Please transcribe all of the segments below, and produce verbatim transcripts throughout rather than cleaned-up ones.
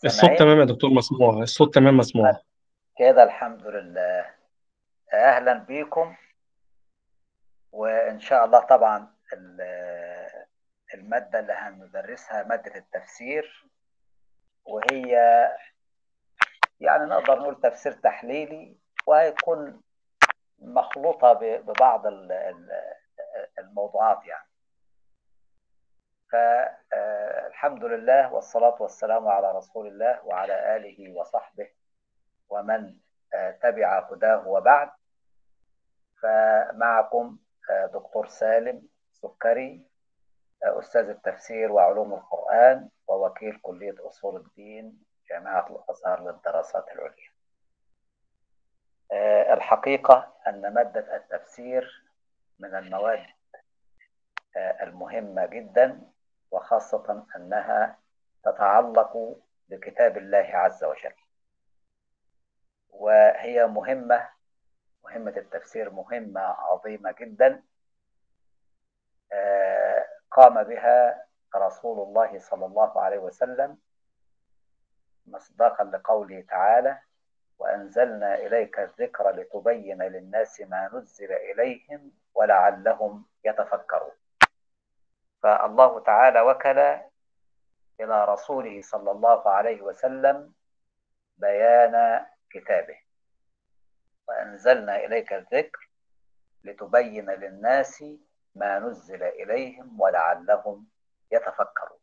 الصوت سامعين؟ تمام يا دكتور، مسموع. الصوت تمام مسموع. كده الحمد لله. أهلا بيكم. وإن شاء الله طبعا ال- المادة اللي هندرسها مادة التفسير، وهي يعني نقدر نقول تفسير تحليلي، وهيكون مخلوطة ب- ببعض ال- ال- الموضوعات يعني. فالحمد لله والصلاة والسلام على رسول الله وعلى آله وصحبه ومن آه، تبع هداه وبعد. فمعكم آه، دكتور سالم سكري، آه، أستاذ التفسير وعلوم القرآن ووكيل كلية أصول الدين جامعة الأزهر للدراسات العليا. آه، الحقيقة أن مادة التفسير من المواد آه، المهمة جدا، وخاصة أنها تتعلق بكتاب الله عز وجل، وهي مهمة مهمة التفسير مهمة عظيمة جدا. آه، قام بها رسول الله صلى الله عليه وسلم مصداقا لقوله تعالى: وأنزلنا إليك الذكر لتبين للناس ما نزل إليهم ولعلهم يتفكرون. فالله تعالى وكل إلى رسوله صلى الله عليه وسلم بيان كتابه: وأنزلنا إليك الذكر لتبين للناس ما نزل إليهم ولعلهم يتفكرون.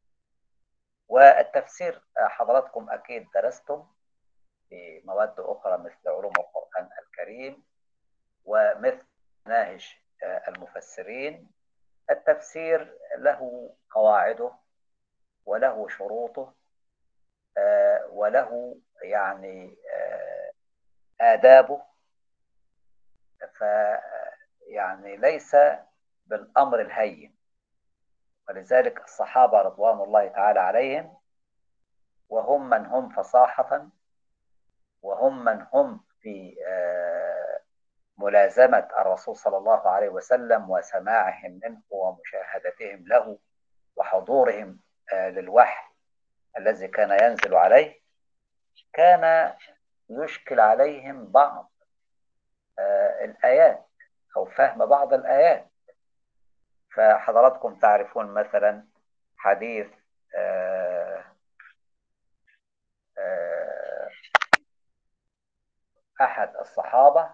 والتفسير حضراتكم أكيد درستم في مواد أخرى مثل علوم القرآن الكريم ومثل مناهج المفسرين. التفسير له قواعده وله شروطه، وله يعني آدابه. ف يعني ليس بالأمر الهين، ولذلك الصحابة رضوان الله تعالى عليهم، وهم من هم فصاحة، وهم من هم في ملازمة الرسول صلى الله عليه وسلم وسماعهم منه ومشاهدتهم له وحضورهم للوحي الذي كان ينزل عليه، كان يشكل عليهم بعض الآيات أو فهم بعض الآيات. فحضراتكم تعرفون مثلا حديث أحد الصحابة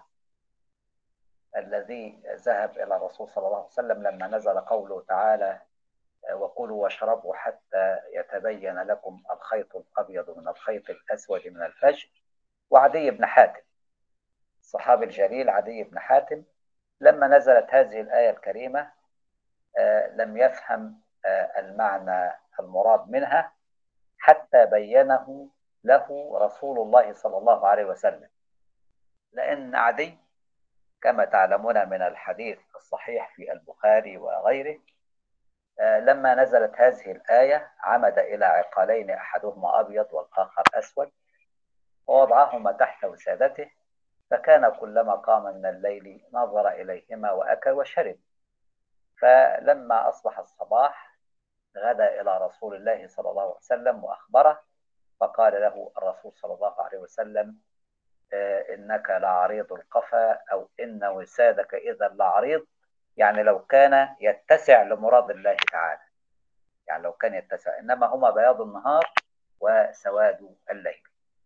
الذي ذهب إلى الرسول صلى الله عليه وسلم لما نزل قوله تعالى: وكلوا واشربوا حتى يتبين لكم الخيط الأبيض من الخيط الأسود من الفجر. وعدي بن حاتم، الصحابي الجليل عدي بن حاتم، لما نزلت هذه الآية الكريمة لم يفهم المعنى المراد منها حتى بينه له رسول الله صلى الله عليه وسلم. لأن عدي كما تعلمون من الحديث الصحيح في البخاري وغيره، لما نزلت هذه الآية عمد إلى عقالين أحدهما أبيض والآخر أسود، ووضعهما تحت وسادته، فكان كلما قام من الليل نظر إليهما وأكل وشرب. فلما أصبح الصباح غدا إلى رسول الله صلى الله عليه وسلم وأخبره، فقال له الرسول صلى الله عليه وسلم: إنك لعريض القفا، أو إن وسادك إذا لعريض، يعني لو كان يتسع لمراد الله تعالى، يعني لو كان يتسع، إنما هما بياض النهار وسواد الليل.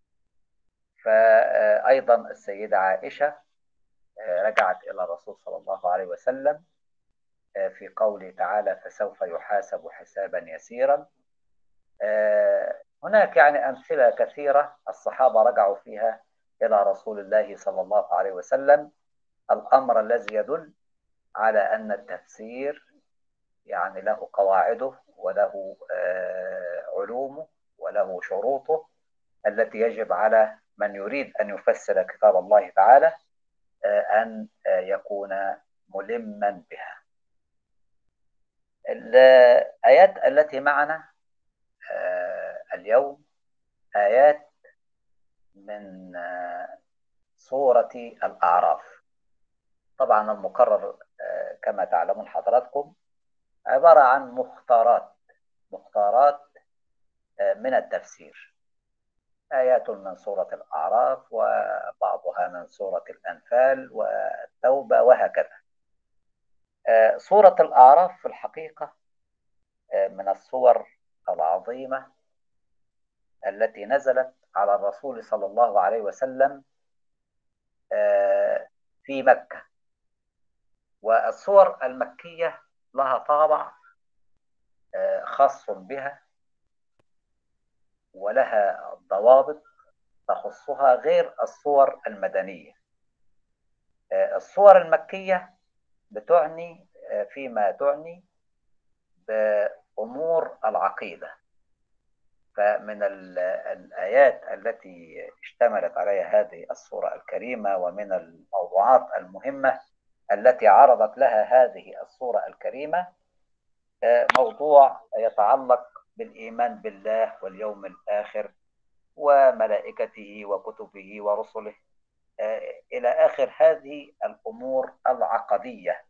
فأيضا السيدة عائشة رجعت إلى الرسول صلى الله عليه وسلم في قوله تعالى: فسوف يحاسب حسابا يسيرا. هناك يعني أمثلة كثيرة الصحابة رجعوا فيها إلى رسول الله صلى الله عليه وسلم، الأمر الذي يدل على أن التفسير يعني له قواعده وله علومه وله شروطه التي يجب على من يريد أن يفسر كتاب الله تعالى أن يكون ملما بها. الآيات التي معنا اليوم آيات من سورة الأعراف. طبعا المقرر كما تعلمون حضراتكم عبارة عن مختارات مختارات من التفسير. آيات من سورة الأعراف وبعضها من سورة الأنفال والتوبة وهكذا. سورة الأعراف في الحقيقة من السور العظيمة التي نزلت على الرسول صلى الله عليه وسلم في مكة. والسور المكية لها طابع خاص بها ولها ضوابط تخصها غير السور المدنية. السور المكية بتعني فيما تعني بأمور العقيدة، فمن الآيات التي اشتملت عليها هذه السورة الكريمة ومن الموضوعات المهمة التي عرضت لها هذه السورة الكريمة موضوع يتعلق بالإيمان بالله واليوم الآخر وملائكته وكتبه ورسله إلى آخر هذه الأمور العقدية.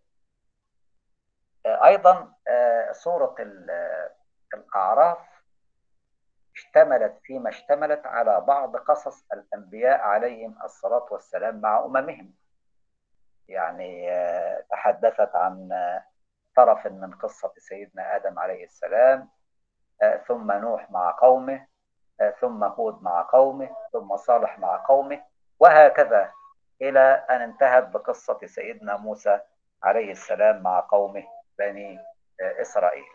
أيضا سورة الأعراف اشتملت فيما اشتملت على بعض قصص الأنبياء عليهم الصلاة والسلام مع أممهم، يعني تحدثت عن طرف من قصة سيدنا آدم عليه السلام، ثم نوح مع قومه، ثم هود مع قومه، ثم صالح مع قومه، وهكذا إلى أن انتهت بقصة سيدنا موسى عليه السلام مع قومه بني إسرائيل.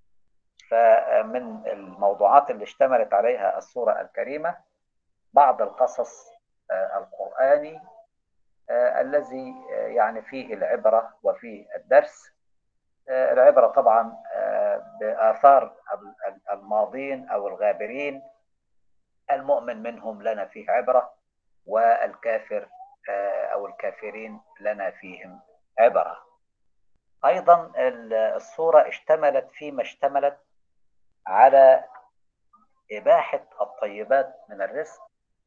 فمن الموضوعات اللي اشتملت عليها السورة الكريمة بعض القصص القرآني الذي يعني فيه العبرة وفيه الدرس. العبرة طبعا بآثار الماضين أو الغابرين، المؤمن منهم لنا فيه عبرة، والكافر أو الكافرين لنا فيهم عبرة. أيضا السورة اشتملت فيما اشتملت على إباحة الطيبات من الرزق.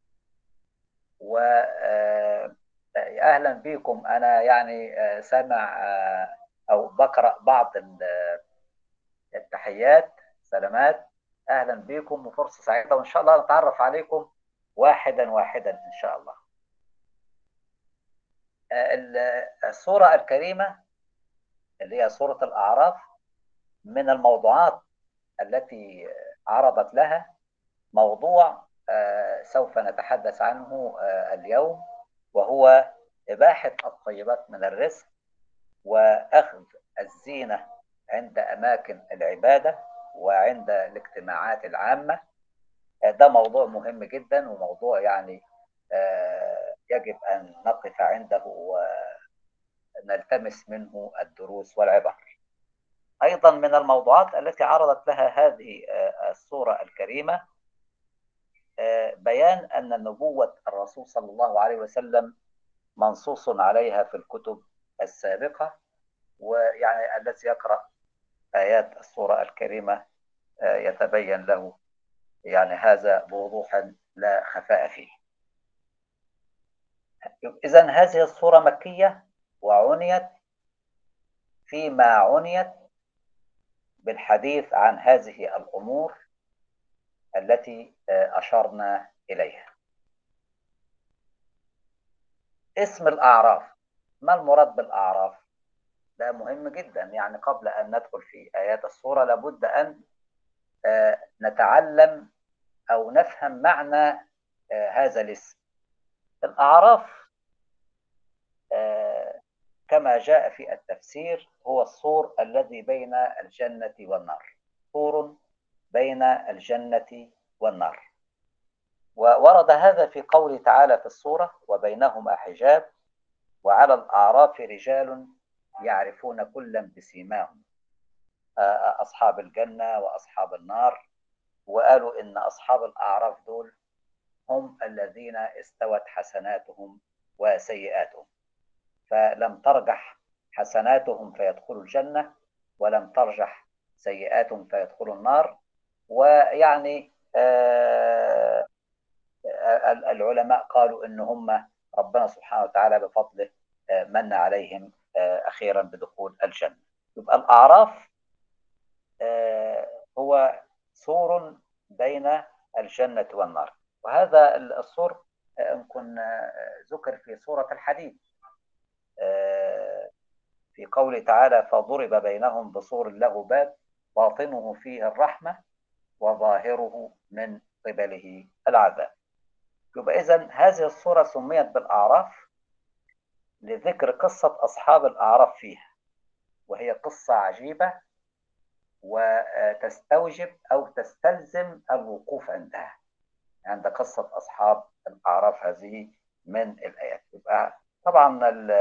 وأهلا بكم، أنا يعني سامع أو بقرأ بعض التحيات، سلامات، أهلا بكم وفرصة سعيدة، وإن شاء الله نتعرف عليكم واحدا واحدا إن شاء الله. السورة الكريمة اللي هي سورة الأعراف من الموضوعات التي عرضت لها موضوع سوف نتحدث عنه اليوم، وهو إباحة الطيبات من الرزق وأخذ الزينة عند أماكن العبادة وعند الاجتماعات العامة. ده موضوع مهم جدا وموضوع يعني يجب أن نقف عنده ونلتمس منه الدروس والعبر. أيضا من الموضوعات التي عرضت لها هذه السورة الكريمة بيان أن نبوة الرسول صلى الله عليه وسلم منصوص عليها في الكتب السابقة، ويعني الذي يقرأ آيات السورة الكريمة يتبين له يعني هذا بوضوح لا خفاء فيه. إذن هذه السورة مكية وعنيت فيما عنيت بالحديث عن هذه الأمور التي أشرنا إليها. اسم الأعراف، ما المراد بالأعراف؟ ده مهم جدا، يعني قبل أن ندخل في آيات السورة لابد أن نتعلم أو نفهم معنى هذا الاسم. الأعراف كما جاء في التفسير هو السور الذي بين الجنة والنار، سور بين الجنة والنار. وورد هذا في قوله تعالى في السورة وبينهما حجاب وعلى الأعراف رجال يعرفون كلا بسيماهم، أصحاب الجنة وأصحاب النار. وقالوا إن أصحاب الأعراف دول هم الذين استوت حسناتهم وسيئاتهم، فلم ترجح حسناتهم فيدخلوا الجنة ولم ترجح سيئاتهم فيدخلوا النار. ويعني آه العلماء قالوا إن هم ربنا سبحانه وتعالى بفضله من عليهم أخيرا بدخول الجنة. يبقى الأعراف هو سور بين الجنة والنار. وهذا السور يمكن ذكر في سورة الحديد في قوله تعالى: فضرب بينهم بسور له باب باطنه فيه الرحمة وظاهره من قبله العذاب. يبقى إذن هذه السورة سميت بالأعراف لذكر قصة أصحاب الأعراف فيها، وهي قصة عجيبة وتستوجب أو تستلزم الوقوف عندها، عند قصة أصحاب الأعراف هذه من الآيات. يبقى طبعا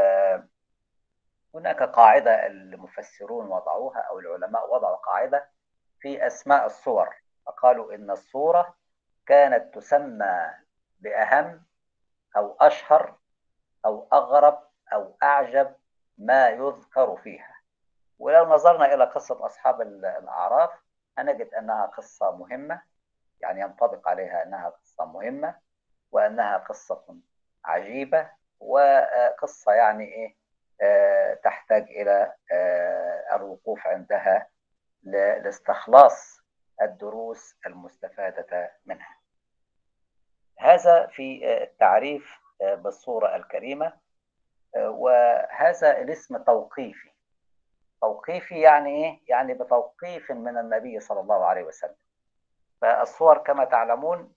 هناك قاعدة المفسرون وضعوها أو العلماء وضعوا قاعدة في أسماء الصور، فقالوا إن الصورة كانت تسمى بأهم أو أشهر أو أغرب أو أعجب ما يذكر فيها. ولو نظرنا إلى قصة أصحاب الأعراف هنجد أنها قصة مهمة، يعني ينطبق عليها أنها قصة مهمة وأنها قصة عجيبة وقصة يعني إيه آه تحتاج إلى آه الوقوف عندها لاستخلاص الدروس المستفادة منها. هذا في التعريف بالصورة الكريمة. وهذا الاسم توقيفي. توقيفي يعني إيه؟ يعني بتوقيف من النبي صلى الله عليه وسلم. فالصور كما تعلمون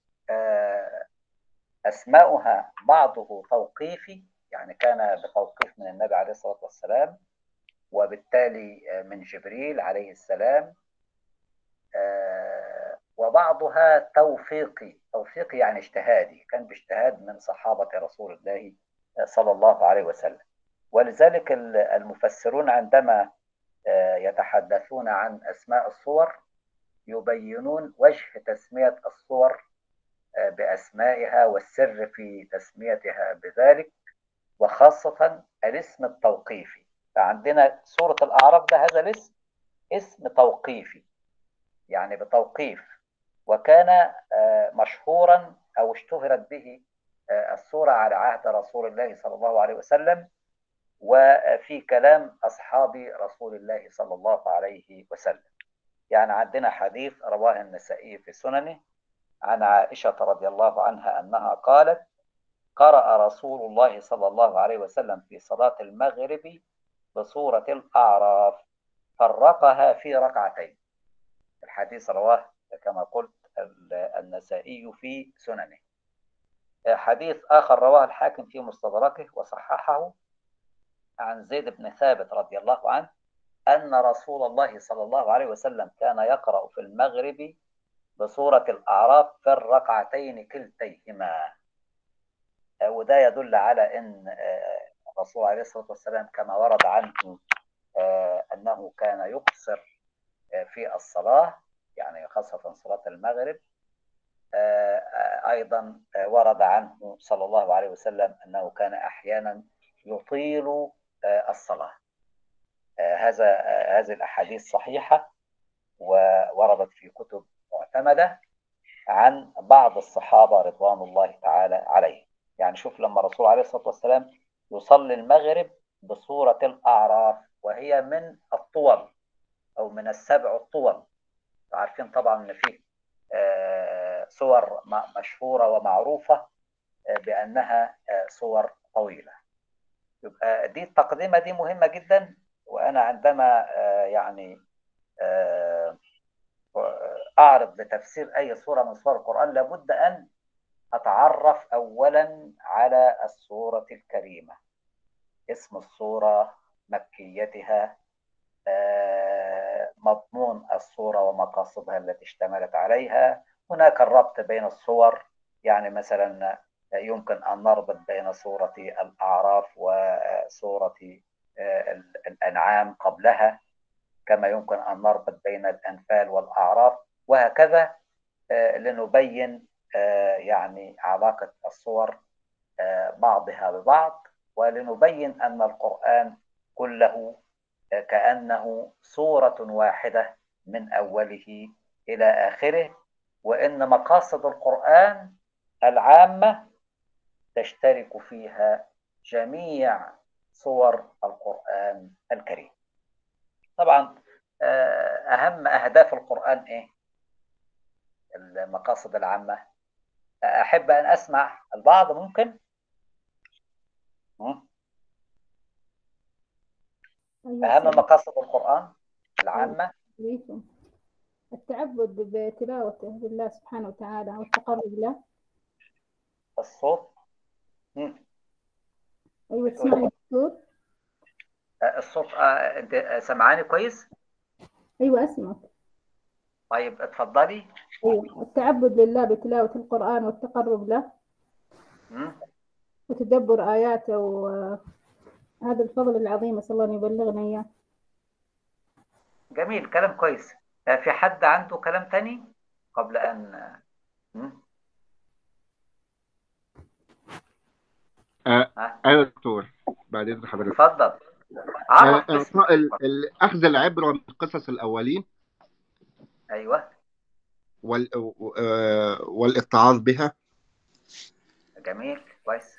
أسماؤها بعضه توقيفي، يعني كان بتوقيف من النبي عليه الصلاة والسلام وبالتالي من جبريل عليه السلام، وبعضها توفيقي. توفيقي يعني اجتهادي، كان باجتهاد من صحابة رسول الله صلى الله عليه وسلم. ولذلك المفسرون عندما يتحدثون عن أسماء الصور يبينون وجه تسمية الصور بأسمائها والسر في تسميتها بذلك، وخاصة الاسم التوقيفي. فعندنا سورة الأعراف ده هذا الاسم اسم توقيفي، يعني بتوقيف، وكان مشهورا أو اشتهرت به السورة على عهد رسول الله صلى الله عليه وسلم وفي كلام أصحاب رسول الله صلى الله عليه وسلم. يعني عندنا حديث رواه النسائي في سننه عن عائشة رضي الله عنها أنها قالت: قرأ رسول الله صلى الله عليه وسلم في صلاة المغرب بسورة الأعراف فرقها في ركعتين. الحديث رواه كما قلت النسائي في سننه. حديث آخر رواه الحاكم في مستدركه وصححه عن زيد بن ثابت رضي الله عنه أن رسول الله صلى الله عليه وسلم كان يقرأ في المغرب بسورة الأعراف في الركعتين كلتيهما. وده يدل على أن الرسول عليه الصلاة والسلام كما ورد عنه أنه كان يقصر في الصلاة، يعني خاصة صلاة المغرب. أيضا ورد عنه صلى الله عليه وسلم أنه كان أحيانا يطيل الصلاة. هذا هذه الأحاديث صحيحة ووردت في كتب معتمدة عن بعض الصحابة رضوان الله تعالى عليهم. يعني شوف لما الرسول عليه الصلاة والسلام يصلي المغرب بسورة الأعراف وهي من الطول أو من السبع الطول. عارفين طبعا أن فيه صور مشهورة ومعروفة بأنها صور طويلة. يبقى دي التقدمة دي مهمة جدا. وأنا عندما يعني أعرض لتفسير أي سورة من سور القرآن لابد أن أتعرف أولا على السورة الكريمة، اسم السورة، مكيتها، مضمون السورة ومقاصدها التي اشتملت عليها. هناك الربط بين الصور، يعني مثلا يمكن أن نربط بين سورة الأعراف وسورة الأنعام قبلها، كما يمكن أن نربط بين الأنفال والأعراف، وهكذا لنبين يعني علاقة الصور بعضها ببعض، ولنبين أن القرآن كله كأنه سورة واحدة من أوله إلى آخره، وإن مقاصد القرآن العامة تشترك فيها جميع صور القرآن الكريم. طبعا أهم أهداف القرآن إيه؟ المقاصد العامة: أحب أن أسمع البعض، ممكن؟ أهم مقاصد القرآن العامة. التعبد بتلاوته لله سبحانه وتعالى والتقرب له. الصوت. مم. أيوة، تسمعني دكتور؟ الصوت. آه، أنت سمعاني كويس؟ أيوة أسمعك. طيب اتفضلي. أيوة، التعبد لله بتلاوة القرآن والتقرب له. مم. وتدبر آياته، وهذا الفضل العظيم أسأل الله أن يبلغنا إياه. جميل، كلام كويس. في حد عنده كلام تاني قبل أن مم. آه ايوه دكتور، بعد اذن حضرتك. اتفضل. آه عرف باسمك. اعطاء ال- اخذ العبره من قصص الاولين. ايوه. وال آه والاتعاظ بها. جميل، كويس.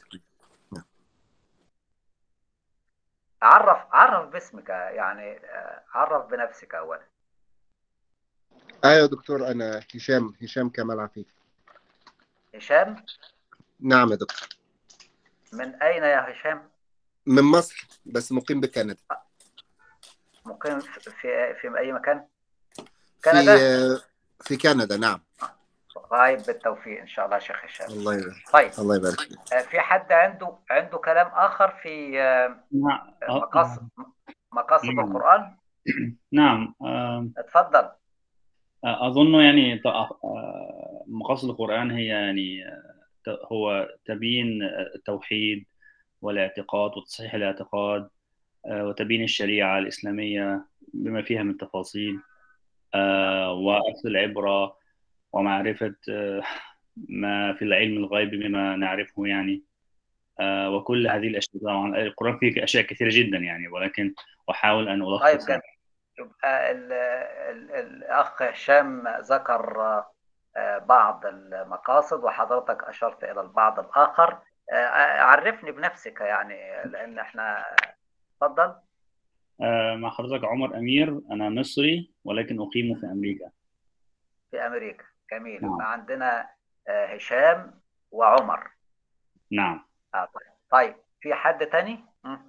عرف عرف باسمك، يعني عرف بنفسك اولا. ايوه دكتور، انا هشام هشام كمال عفيف. هشام. نعم يا دكتور. من اين يا هشام؟ من مصر بس مقيم بكندا. مقيم في في, في اي مكان؟ في كندا. في كندا، نعم. طيب، بالتوفيق ان شاء الله يا شيخ هشام. الله يبارك. طيب، الله يبارك فيك. في حد عنده عنده كلام اخر في مقاصد مقاصد القرآن؟ نعم. اتفضل. أظن يعني مقاصد القرآن هي يعني هو تبيين التوحيد والاعتقاد وتصحيح الاعتقاد، وتبيين الشريعة الإسلامية بما فيها من تفاصيل، وأخذ العبرة ومعرفة ما في العلم الغيب بما نعرفه يعني. وكل هذه الأشياء. طبعا القرآن فيه أشياء كثيرة جدا يعني، ولكن أحاول أن ألخص. طيب، جد. يبقى ال ال الأخ هشام ذكر بعض المقاصد وحضرتك أشرت إلى البعض الآخر. عرفني بنفسك يعني، لأن احنا. اتفضل. مع حضرتك عمر أمير، أنا مصري ولكن أقيم في أمريكا. في أمريكا، جميل. نعم. يبقى عندنا هشام وعمر. نعم. آه طيب. طيب، في حد تاني؟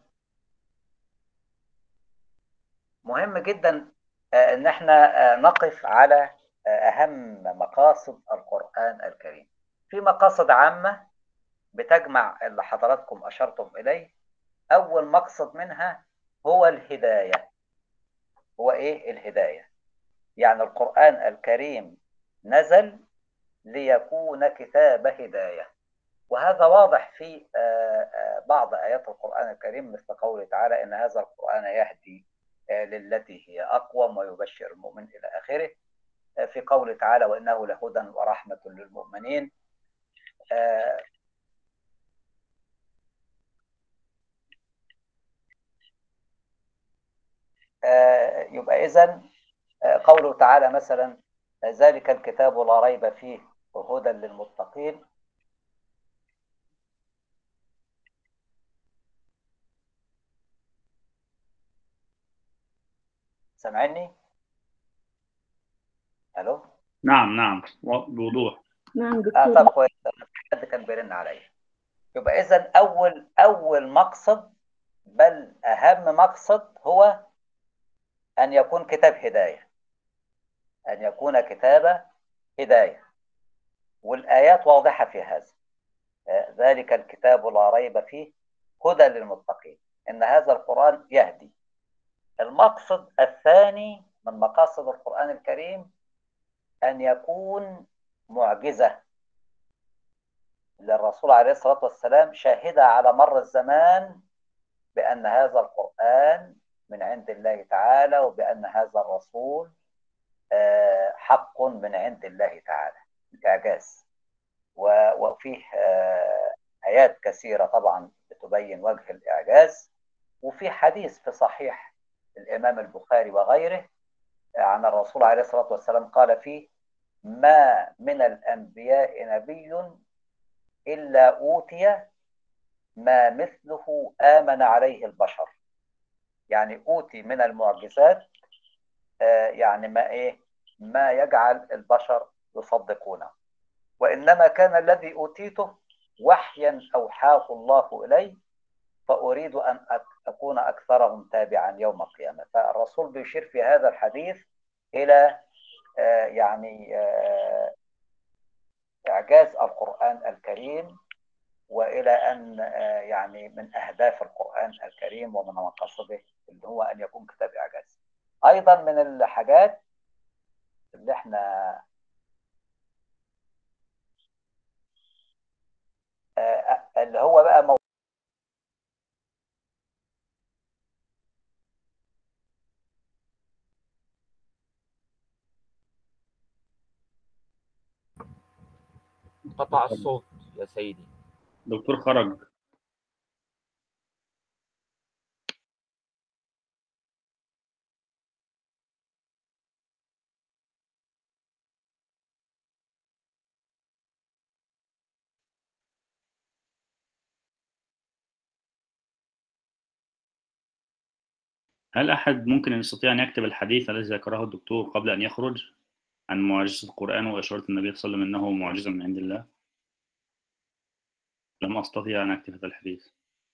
مهم جدا ان احنا نقف على اهم مقاصد القرآن الكريم. في مقاصد عامة بتجمع اللي حضراتكم اشرتم اليه. اول مقصد منها هو الهداية. هو ايه الهداية؟ يعني القرآن الكريم نزل ليكون كتاب هداية، وهذا واضح في بعض آيات القرآن الكريم، مثل قوله تعالى: إن هذا القرآن يهدي للتي هي أقوم ويبشر المؤمن إلى آخره. في قوله تعالى: وإنه لهدى ورحمة للمؤمنين. يبقى إذن قوله تعالى مثلا: ذلك الكتاب لا ريب فيه وهدى للمتقين. سمعني؟ الو. نعم نعم، بوضوح. نعم دكتور. اه طب كويس، حد كان بيرن عليا. يبقى اذا اول اول مقصد، بل اهم مقصد، هو ان يكون كتاب هدايه. ان يكون كتاب هدايه، والايات واضحه في هذا. آه ذلك الكتاب لا ريب فيه هدى للمتقين. ان هذا القران يهدي. المقصد الثاني من مقاصد القران الكريم أن يكون معجزة للرسول عليه الصلاة والسلام، شاهدة على مر الزمان بأن هذا القرآن من عند الله تعالى، وبأن هذا الرسول حق من عند الله تعالى. إعجاز. وفيه آيات كثيرة طبعا بتبين وجه الإعجاز. وفي حديث في صحيح الإمام البخاري وغيره عن الرسول عليه الصلاة والسلام قال فيه: ما من الأنبياء نبي إلا أوتي ما مثله آمن عليه البشر. يعني أوتي من المعجزات، آه يعني ما إيه ما يجعل البشر يصدقونه. وإنما كان الذي أوتيته وحيا أوحاه الله إلي، فأريد أن أكون أكثرهم تابعا يوم القيامة. فالرسول بيشير في هذا الحديث إلى يعني إعجاز القرآن الكريم، وإلى أن يعني من أهداف القرآن الكريم ومن مقاصده اللي هو أن يكون كتاب إعجاز. أيضا من الحاجات اللي احنا اللي هو بقى موضوع قطع الصوت يا سيدي. دكتور خرج. هل أحد ممكن أن يستطيع أن يكتب الحديث الذي ذكره الدكتور قبل أن يخرج عن معجزة القرآن وإشارة النبي صلى الله عليه وسلم أنه معجزة من عند الله؟ لم أستطيع أن أكتب هذا الحديث.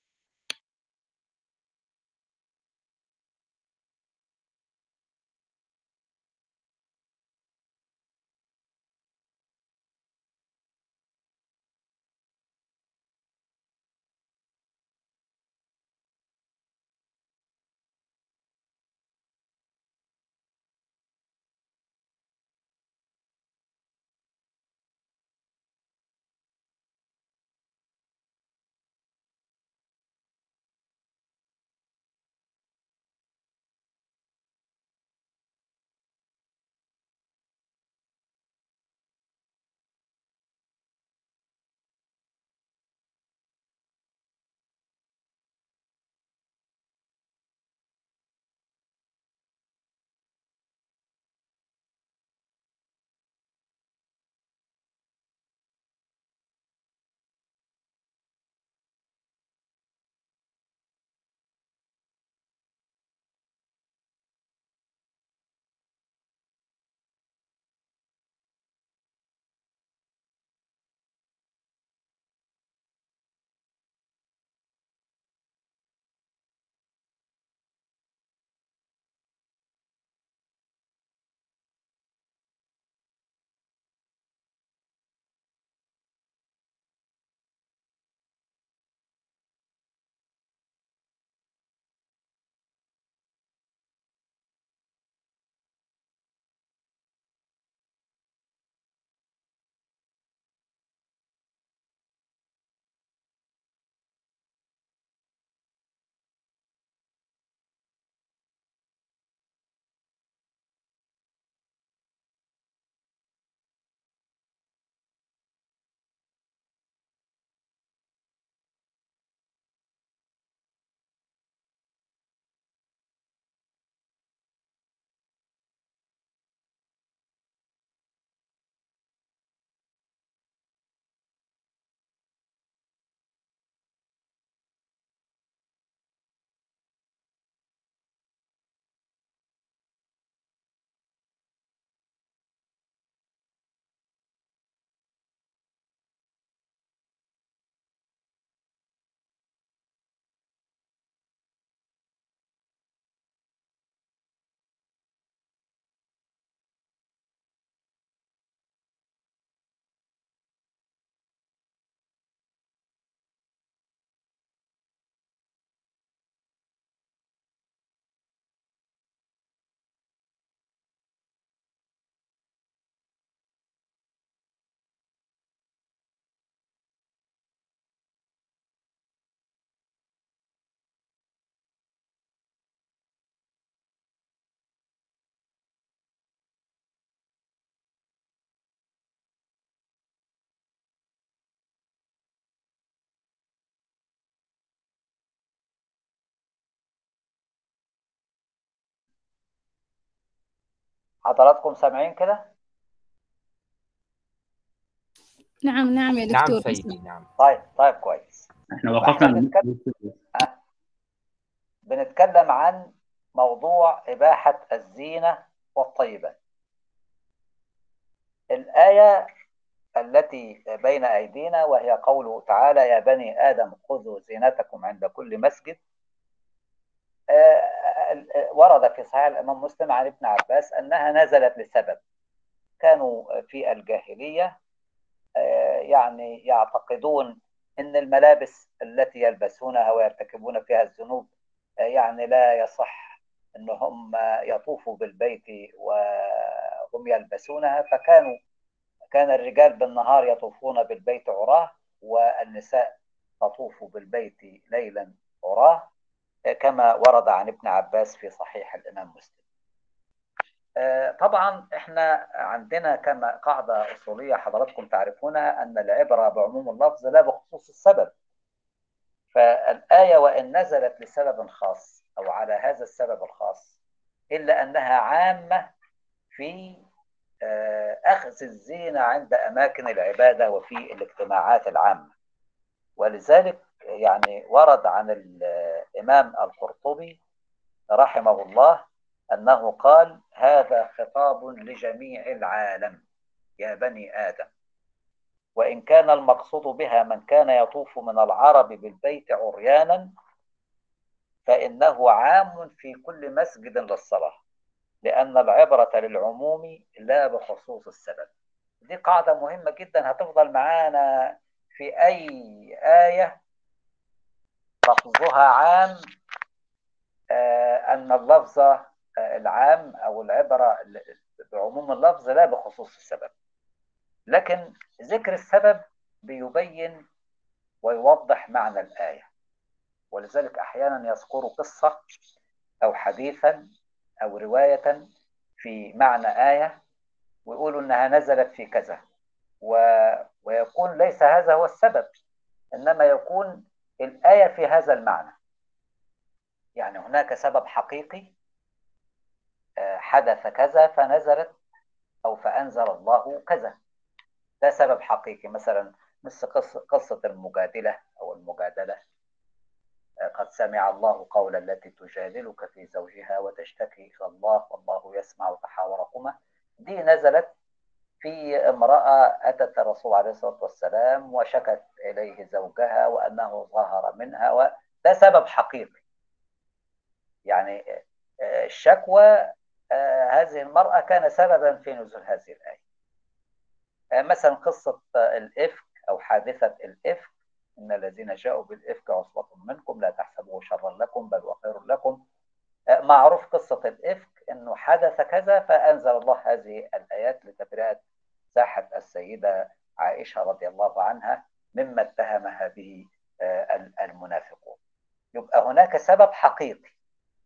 حضراتكم سامعين كده؟ نعم نعم يا نعم دكتور. سيدي نعم. طيب طيب كويس. احنا وقفنا عند بنتكلم, بنتكلم عن موضوع إباحة الزينة والطيبات. الآية التي بين أيدينا، وهي قوله تعالى: يا بني آدم خذوا زينتكم عند كل مسجد. ورد في صحيح الإمام مسلم عن ابن عباس أنها نزلت لسبب. كانوا في الجاهلية يعني يعتقدون أن الملابس التي يلبسونها ويرتكبون فيها الذنوب يعني لا يصح أنهم يطوفوا بالبيت وهم يلبسونها، فكانوا كان الرجال بالنهار يطوفون بالبيت عراه، والنساء تطوف بالبيت ليلا عراه، كما ورد عن ابن عباس في صحيح الإمام مسلم. طبعا احنا عندنا كما قاعدة أصولية حضراتكم تعرفونها أن العبرة بعموم اللفظ لا بخصوص السبب. فالآية وإن نزلت لسبب خاص أو على هذا السبب الخاص إلا أنها عامة في أخذ الزينة عند أماكن العبادة وفي الاجتماعات العامة. ولذلك يعني ورد عن الإمام القرطبي رحمه الله أنه قال: هذا خطاب لجميع العالم يا بني آدم، وإن كان المقصود بها من كان يطوف من العرب بالبيت عريانا فإنه عام في كل مسجد للصلاة، لأن العبرة للعموم لا بخصوص السبب. دي قاعدة مهمة جدا هتفضل معانا في أي آية لفظها عام، آه أن اللفظ آه العام أو العبرة بعموم اللفظ لا بخصوص السبب. لكن ذكر السبب بيبين ويوضح معنى الآية، ولذلك أحيانا يذكروا قصة أو حديثا أو رواية في معنى آية ويقولوا أنها نزلت في كذا، و... ويكون ليس هذا هو السبب، إنما يكون الآية في هذا المعنى. يعني هناك سبب حقيقي حدث كذا فنزلت أو فأنزل الله كذا، ده سبب حقيقي. مثلا مثل قصة, قصة المجادلة أو المجادلة: قد سمع الله قول التي تجادلك في زوجها وتشتكي إلى الله والله يسمع تحاوركما. دي نزلت في امرأة أتت الرسول عليه الصلاة والسلام وشكت إليه زوجها وأنه ظهر منها، وده سبب حقيقي. يعني الشكوى هذه المرأة كان سببا في نزول هذه الآية. مثلا قصة الإفك أو حادثة الإفك: إن الذين جاءوا بالإفك عصبة منكم لا تحسبوه شرا لكم بل وخير لكم. معروف قصة الإفك أنه حدث كذا فأنزل الله هذه الآيات لتبرئة ساحة السيدة عائشة رضي الله عنها مما اتهمها به المنافقون. يبقى هناك سبب حقيقي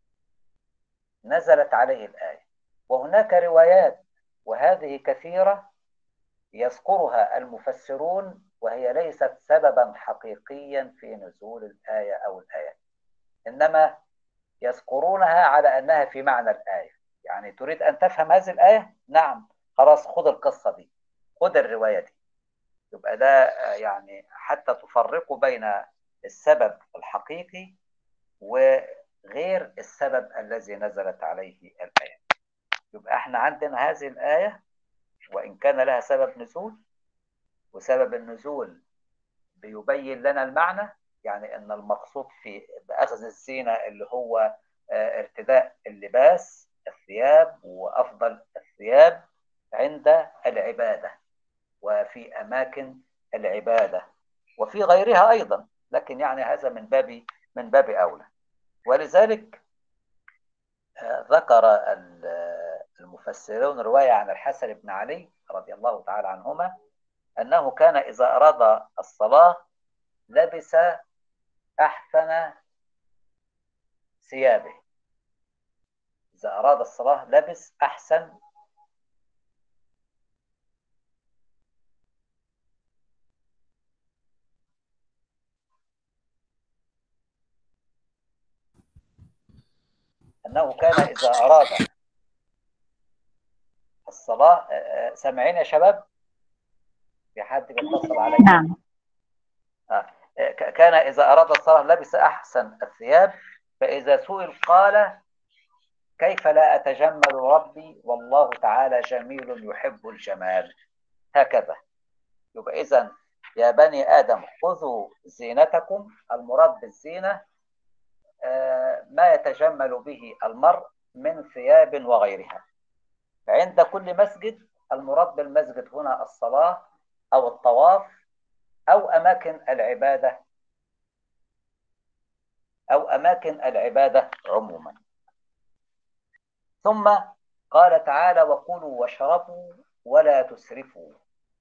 نزلت عليه الآية، وهناك روايات وهذه كثيرة يذكرها المفسرون وهي ليست سببا حقيقيا في نزول الآية أو الآيات، إنما يذكرونها على أنها في معنى الآية. يعني تريد أن تفهم هذه الآية؟ نعم، خلاص خذ القصة دي، خذ الرواية دي. يبقى ده يعني حتى تفرقوا بين السبب الحقيقي وغير السبب الذي نزلت عليه الآية. يبقى احنا عندنا هذه الآية وإن كان لها سبب نزول، وسبب النزول بيبين لنا المعنى، يعني أن المقصود في بأخذ الزينة اللي هو ارتداء اللباس الثياب وأفضل الثياب عند العبادة وفي أماكن العبادة وفي غيرها أيضا، لكن يعني هذا من باب من باب أولى. ولذلك ذكر المفسرون رواية عن الحسن بن علي رضي الله تعالى عنهما أنه كان إذا أراد الصلاة لبس أحسن ثيابه. إذا أراد الصلاة لبس أحسن أنه كان إذا أراد الصلاة. سامعين يا شباب؟ في حد بيتصل علي؟ نعم. كان إذا أراد الصلاة لبس أحسن الثياب، فإذا سئل قال: كيف لا أتجمل ربي والله تعالى جميل يحب الجمال. هكذا يبقى إذن يا بني آدم خذوا زينتكم، المراد بالزينة ما يتجمل به المرء من ثياب وغيرها. عند كل مسجد، المراد بالمسجد هنا الصلاة أو الطواف أو أماكن العبادة أو أماكن العبادة عموما. ثم قال تعالى وكلوا واشربوا ولا تسرفوا.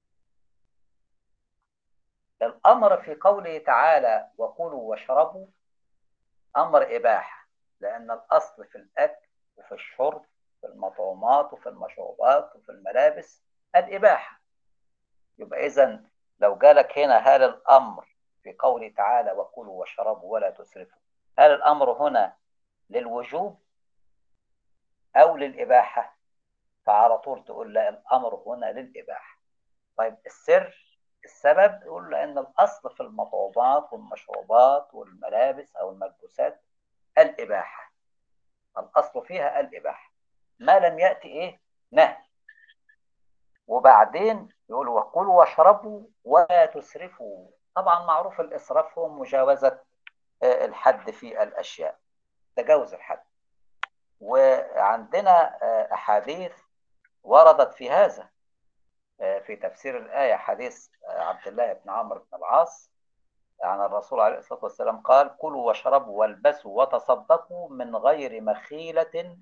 الأمر في قوله تعالى وكلوا واشربوا أمر إباحة، لأن الأصل في الأكل وفي الشرب في المطعومات وفي المشروبات وفي الملابس الإباحة. يبقى إذن لو جالك هنا هل الأمر في قوله تعالى وكلوا واشربوا ولا تسرفوا، هل الأمر هنا للوجوب أو للإباحة؟ فعلى طول تقول لا، الأمر هنا للإباحة. طيب السر السبب، يقول لأن الأصل في المطعومات والمشروبات والملابس أو الملبوسات الإباحة، الأصل فيها الإباحة ما لم يأتي إيه نهي. وبعدين يقول وكلوا واشربوا ولا تسرفوا. طبعا معروف الإسراف هو مجاوزة الحد في الأشياء، تجاوز الحد. وعندنا أحاديث وردت في هذا في تفسير الآية. حديث عبد الله بن عمرو بن العاص عن الرسول عليه الصلاة والسلام قال كلوا واشربوا والبسوا وتصدقوا من غير مخيلة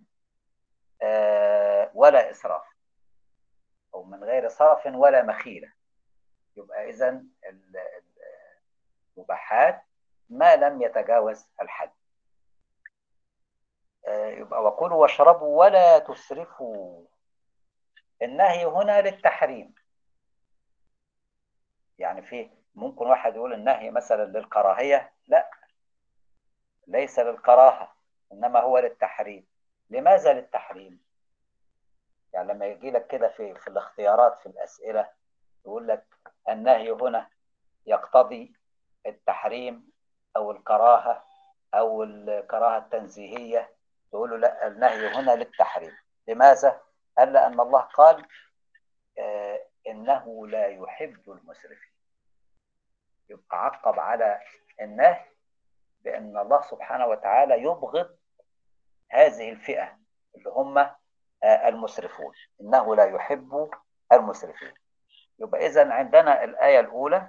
ولا إسراف، أو من غير صرف ولا مخيلة. يبقى إذن المباحات ما لم يتجاوز الحد. يبقى وكلوا واشربوا ولا تسرفوا. النهي هنا للتحريم. يعني في ممكن واحد يقول النهي مثلا للكراهية، لا، ليس للكراهة، إنما هو للتحريم. لماذا للتحريم؟ يعني لما يجي لك كده في في الاختيارات في الأسئلة يقول لك النهي هنا يقتضي التحريم أو الكراهة أو الكراهة التنزيهية، تقول له لا، النهي هنا للتحريم. لماذا؟ قال لأن الله قال آه إنه لا يحب المسرفين. يبقى عقب على النهي بأن الله سبحانه وتعالى يبغض هذه الفئة اللي هم آه المسرفون، إنه لا يحب المسرفين. يبقى إذن عندنا الآية الأولى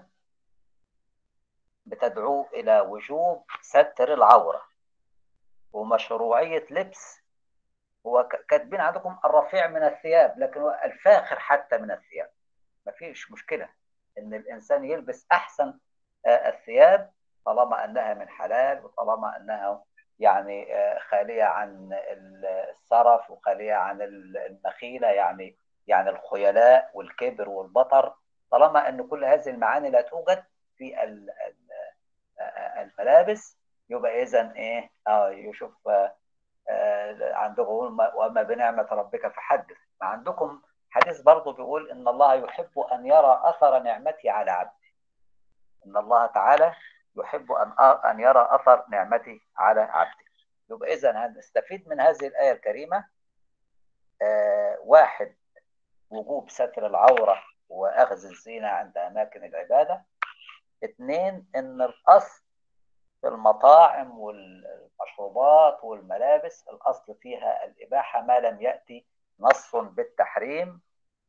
بتدعو إلى وجوب ستر العورة ومشروعية لبس. هو كاتبين عندكم الرفيع من الثياب، لكن هو الفاخر حتى من الثياب. مفيش مشكلة إن الإنسان يلبس أحسن الثياب طالما أنها من حلال، وطالما أنها يعني خالية عن السرف وخالية عن المخيلة، يعني يعني الخيلاء والكبر والبطر. طالما أن كل هذه المعاني لا توجد في الملابس، يبقى إذن إيه؟ آه يشوف آه عندكم وما بنعمة ربك فحدث. ما عندكم حديث برضه بيقول إن الله يحب أن يرى أثر نعمته على عبده. إن الله تعالى يحب أن أن يرى أثر نعمته على عبده. يبقى إذن هنستفيد من هذه الآية الكريمة آه واحد، وجوب ستر العورة وأخذ الزينة عند أماكن العبادة. اثنين، إن الأصل في المطاعم والمشروبات والملابس الأصل فيها الإباحة ما لم يأتي نص بالتحريم.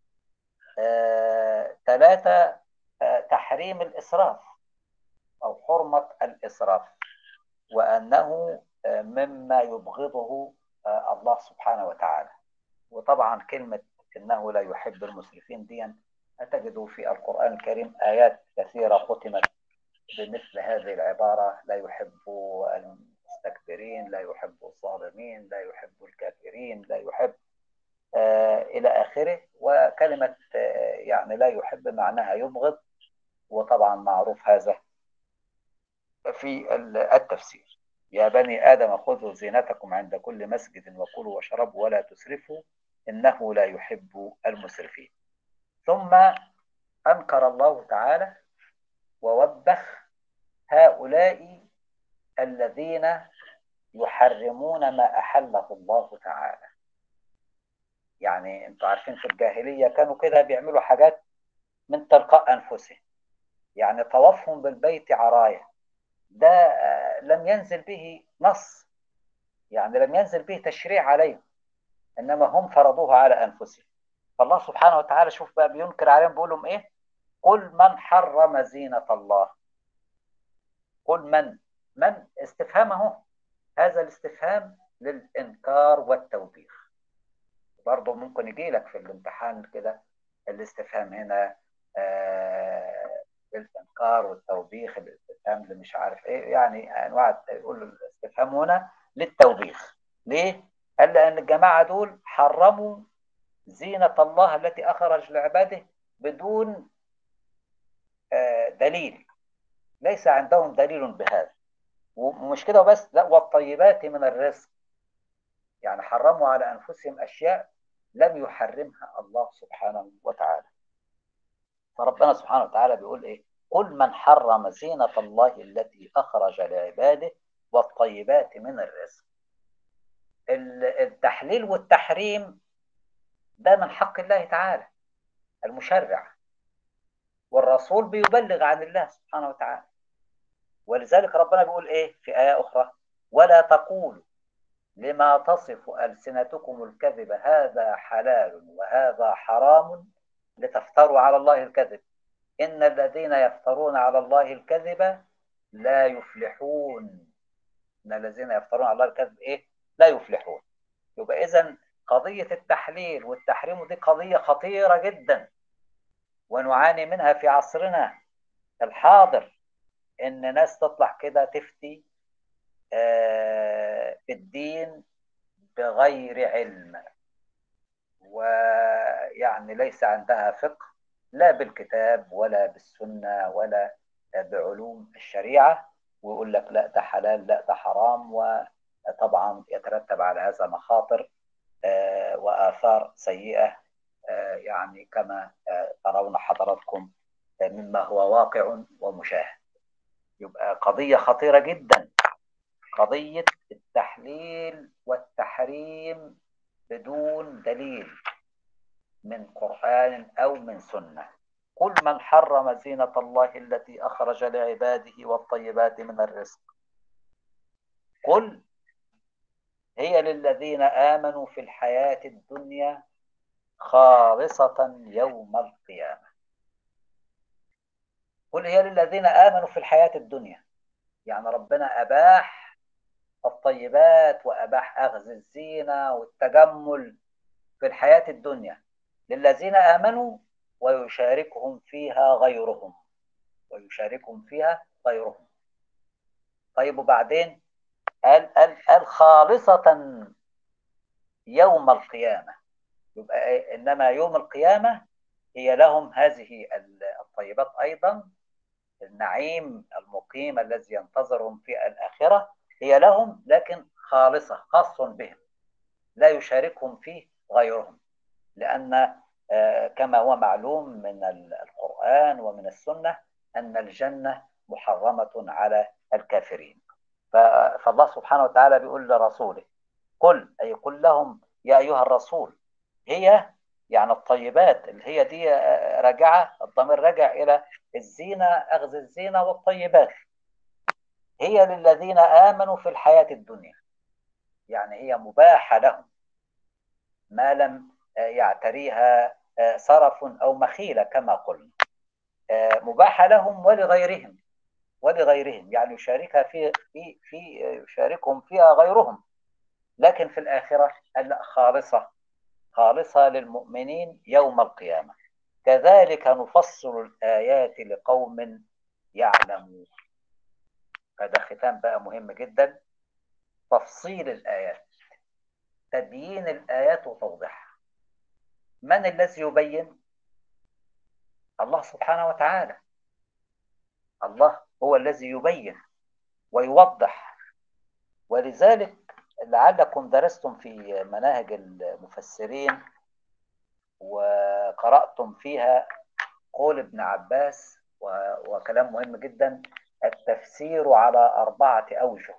آه، ثلاثة، آه، تحريم الإسراف أو حرمة الإسراف، وأنه آه، مما يبغضه آه، الله سبحانه وتعالى. وطبعا كلمة إنه لا يحب المسرفين دي هتجدوا في القرآن الكريم آيات كثيرة ختمت بمثل هذه العبارة: لا يحب المستكبرين، لا يحب الظالمين، لا يحب الكافرين، لا يحب آه إلى آخره. وكلمة آه يعني لا يحب معناها يبغض، وطبعا معروف هذا في التفسير. يا بني آدم خذوا زينتكم عند كل مسجد وكلوا واشربوا ولا تسرفوا إنه لا يحب المسرفين. ثم أنكر الله تعالى ووبخ هؤلاء الذين يحرمون ما أحله الله تعالى. يعني انتوا عارفين في الجاهلية كانوا كده بيعملوا حاجات من تلقاء أنفسهم، يعني طوافهم بالبيت عراية ده آه، لم ينزل به نص، يعني لم ينزل به تشريع عليهم، إنما هم فرضوها على أنفسهم. فالله سبحانه وتعالى شوف بقى بينكر عليهم، بيقول لهم إيه؟ قل من حرم زينة الله. قل من من استفهامه، هذا الاستفهام للإنكار والتوبيخ. برضه ممكن يجي لك في الامتحان كده الاستفهام هنا آه الإنكار والتوبيخ، الاستفهام اللي مش عارف إيه، يعني أنواع يقول الاستفهام هنا للتوبيخ. ليه؟ قال لأن الجماعة دول حرموا زينة الله التي أخرج لعباده بدون آه دليل، ليس عندهم دليل بهذا. ومش كده وبس، لا، والطيبات من الرزق، يعني حرموا على أنفسهم أشياء لم يحرمها الله سبحانه وتعالى. فربنا سبحانه وتعالى بيقول إيه؟ قل من حرم زينة الله التي أخرج لعباده والطيبات من الرزق. التحليل والتحريم ده من حق الله تعالى المشرع، والرسول بيبلغ عن الله سبحانه وتعالى. ولذلك ربنا بيقول إيه في آية أخرى؟ ولا تقولوا لما تصف ألسنتكم الكذب هذا حلال وهذا حرام لتفتروا على الله الكذب إن الذين يفترون على الله الكذب لا يفلحون. إن الذين يفترون على الله الكذب إيه؟ لا يفلحون. يبقى إذن قضية التحليل والتحريم دي قضية خطيرة جدا، ونعاني منها في عصرنا الحاضر، إن ناس تطلع كده تفتي آه في الدين بغير علم، ويعني ليس عندها فقه لا بالكتاب ولا بالسنة ولا بعلوم الشريعة، ويقول لك لا ده حلال لا ده حرام، وطبعا يترتب على هذا مخاطر وآثار سيئة، يعني كما ترون حضراتكم مما هو واقع ومشاهد. يبقى قضية خطيرة جدا، قضية التحليل والتحريم بدون دليل من قرآن أو من سنة. قل من حرم زينة الله التي أخرج لعباده والطيبات من الرزق. قل هي للذين آمنوا في الحياة الدنيا خالصة يوم القيامة. قل هي للذين آمنوا في الحياة الدنيا، يعني ربنا أباح الطيبات وأباح أخذ الزينة والتجمل في الحياة الدنيا للذين آمنوا ويشاركهم فيها غيرهم، ويشاركهم فيها غيرهم. طيب وبعدين قال قال قال خالصة يوم القيامة. يبقى إيه؟ إنما يوم القيامة هي لهم هذه الطيبات أيضا، النعيم المقيم الذي ينتظرهم في الآخرة هي لهم، لكن خالصة خاص بهم لا يشاركهم فيه غيرهم، لأن كما هو معلوم من القرآن ومن السنة أن الجنة محرمة على الكافرين. فالله سبحانه وتعالى بيقول لرسوله قل، أي قل لهم يا أيها الرسول، هي يعني الطيبات اللي هي دي راجعة، الضمير راجع إلى الزينة، أخذ الزينة والطيبات، هي للذين آمنوا في الحياة الدنيا، يعني هي مباحة لهم ما لم يعتريها صرف أو مخيلة كما قلنا، مباحة لهم ولغيرهم ولغيرهم يعني يشاركها في في في يشاركهم فيها غيرهم، لكن في الآخرة خالصة خالصة للمؤمنين يوم القيامة. كذلك نفصل الآيات لقوم يعلمون. هذا ختام بقى مهم جدا، تفصيل الآيات، تبيين الآيات وتوضيحها. من الذي يبين؟ الله سبحانه وتعالى. الله هو الذي يبين ويوضح. ولذلك لعلكم درستم في مناهج المفسرين وقرأتم فيها قول ابن عباس، وكلام مهم جدا، التفسير على أربعة أوجه.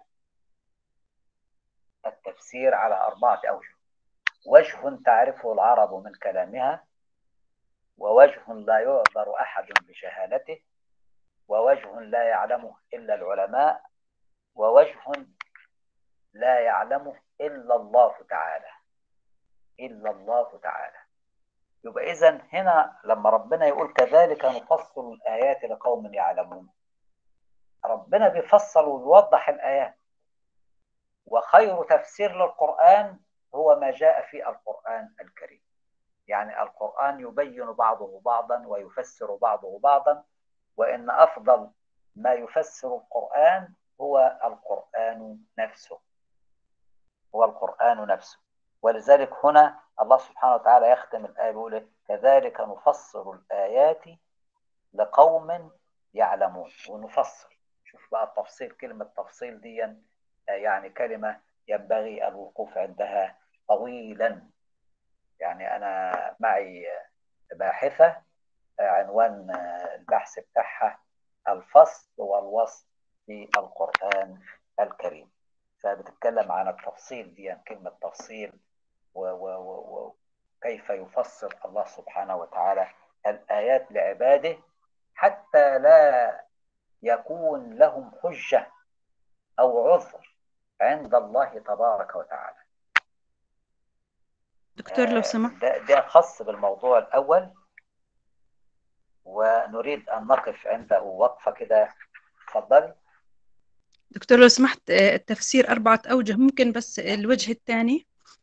التفسير على أربعة أوجه: وجه تعرفه العرب من كلامها، ووجه لا يعذر أحد بجهالته، ووجه لا يعلمه إلا العلماء، ووجه لا يعلمه إلا الله تعالى، إلا الله تعالى. يبقى إذن هنا لما ربنا يقول كذلك نفصل الآيات لقوم يعلمون، ربنا بيفصل ويوضح الآيات. وخير تفسير للقرآن هو ما جاء في القرآن الكريم. يعني القرآن يبين بعضه بعضا ويفسر بعضه بعضا، وإن أفضل ما يفسر القرآن هو القرآن نفسه، هو القرآن نفسه. ولذلك هنا الله سبحانه وتعالى يختم الآية بيقول كذلك نفصل الآيات لقوم يعلمون. ونفصل، شوف بقى التفصيل، كلمة تفصيل دي يعني كلمة ينبغي الوقوف عندها طويلا. يعني أنا معي باحثة عنوان البحث بتاعها الفصل والوصل في القرآن الكريم، فبتتكلم عن التفصيل دي، يعني كلمة تفصيل وكيف يفصل الله سبحانه وتعالى الآيات لعباده حتى لا يكون لهم حجة أو عذر عند الله تبارك وتعالى. دكتور لو سمحت. ده, ده خاص بالموضوع الأول، ونريد أن نقف عنده وقفة كده. تفضل دكتور لو سمحت، التفسير أربعة أوجه، ممكن بس الوجه الثاني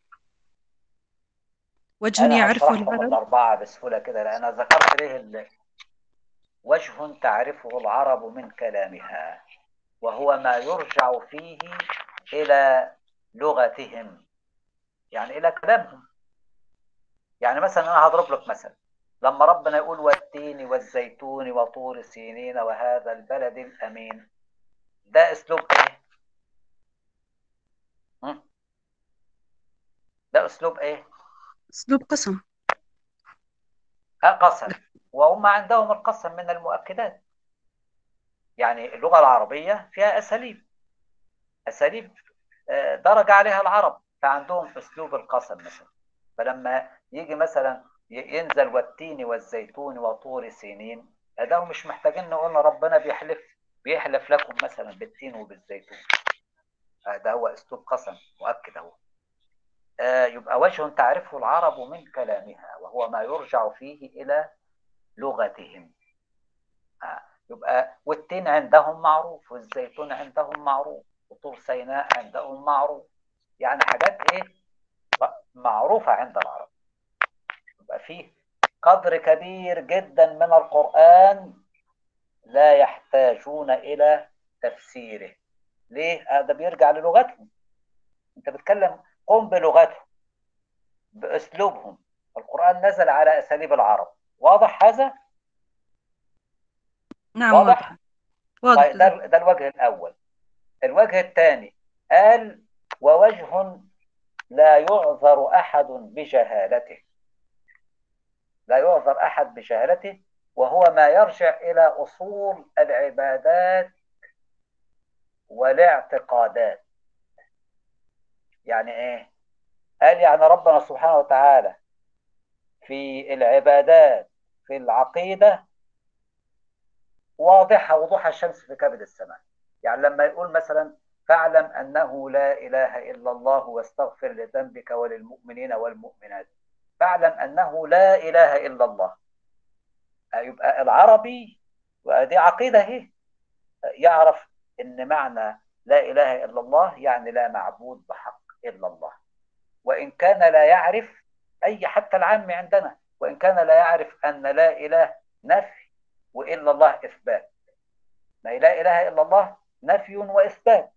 وجه أنا يعرفه هشرحهم العرب. الأربعة بسهولة كده، لأن أنا ذكرت ليه وجه تعرفه العرب من كلامها، وهو ما يرجع فيه إلى لغتهم، يعني إلى كلامهم. يعني مثلا أنا هضرب لك مثلا لما ربنا يقول والتين والزيتون وطور سينين وهذا البلد الأمين، ده أسلوب إيه؟ ده أسلوب إيه؟ أسلوب قسم. أه قسم، وهم عندهم القسم من المؤكدات. يعني اللغة العربية فيها أساليب، أساليب درج عليها العرب، فعندهم أسلوب القسم مثلا. فلما يجي مثلا ينزل والتين والزيتون وطور سينين، ده مش محتاجين نقول ربنا بيحلف بيحلف لكم مثلا بالتين وبالزيتون، ده هو أسلوب قسم مؤكد اهو. آه يبقى وجه تعرفه العرب من كلامها، وهو ما يرجع فيه إلى لغتهم. آه يبقى والتين عندهم معروف، والزيتون عندهم معروف، وطور سيناء عندهم معروف، يعني حاجات ايه معروفة عند العرب. يبقى فيه قدر كبير جدا من القرآن لا يحتاجون إلى تفسيره. ليه؟ هذا بيرجع للغتهم. انت بتكلم قم بلغتهم بأسلوبهم. القرآن نزل على أساليب العرب، واضح هذا؟ نعم واضح؟ واضح. طيب ده, ده الوجه الأول. الوجه الثاني قال ووجه لا يعذر أحد بجهالته، لا يعذر أحد بجهالته، وهو ما يرجع إلى أصول العبادات والاعتقادات. يعني إيه؟ قال يعني ربنا سبحانه وتعالى في العبادات في العقيدة واضحة وضوح الشمس في كبد السماء. يعني لما يقول مثلا فاعلم أنه لا إله إلا الله واستغفر لذنبك وللمؤمنين والمؤمنات، فاعلم أنه لا إله إلا الله، يبقى العربي ودي عقيدة هي يعرف إن معنى لا إله إلا الله يعني لا معبود بحق إلا الله. وإن كان لا يعرف أي حتى العام عندنا، وإن كان لا يعرف أن لا إله نفي وإلا الله إثبات. ما لا إله إلا الله نفي وإثبات،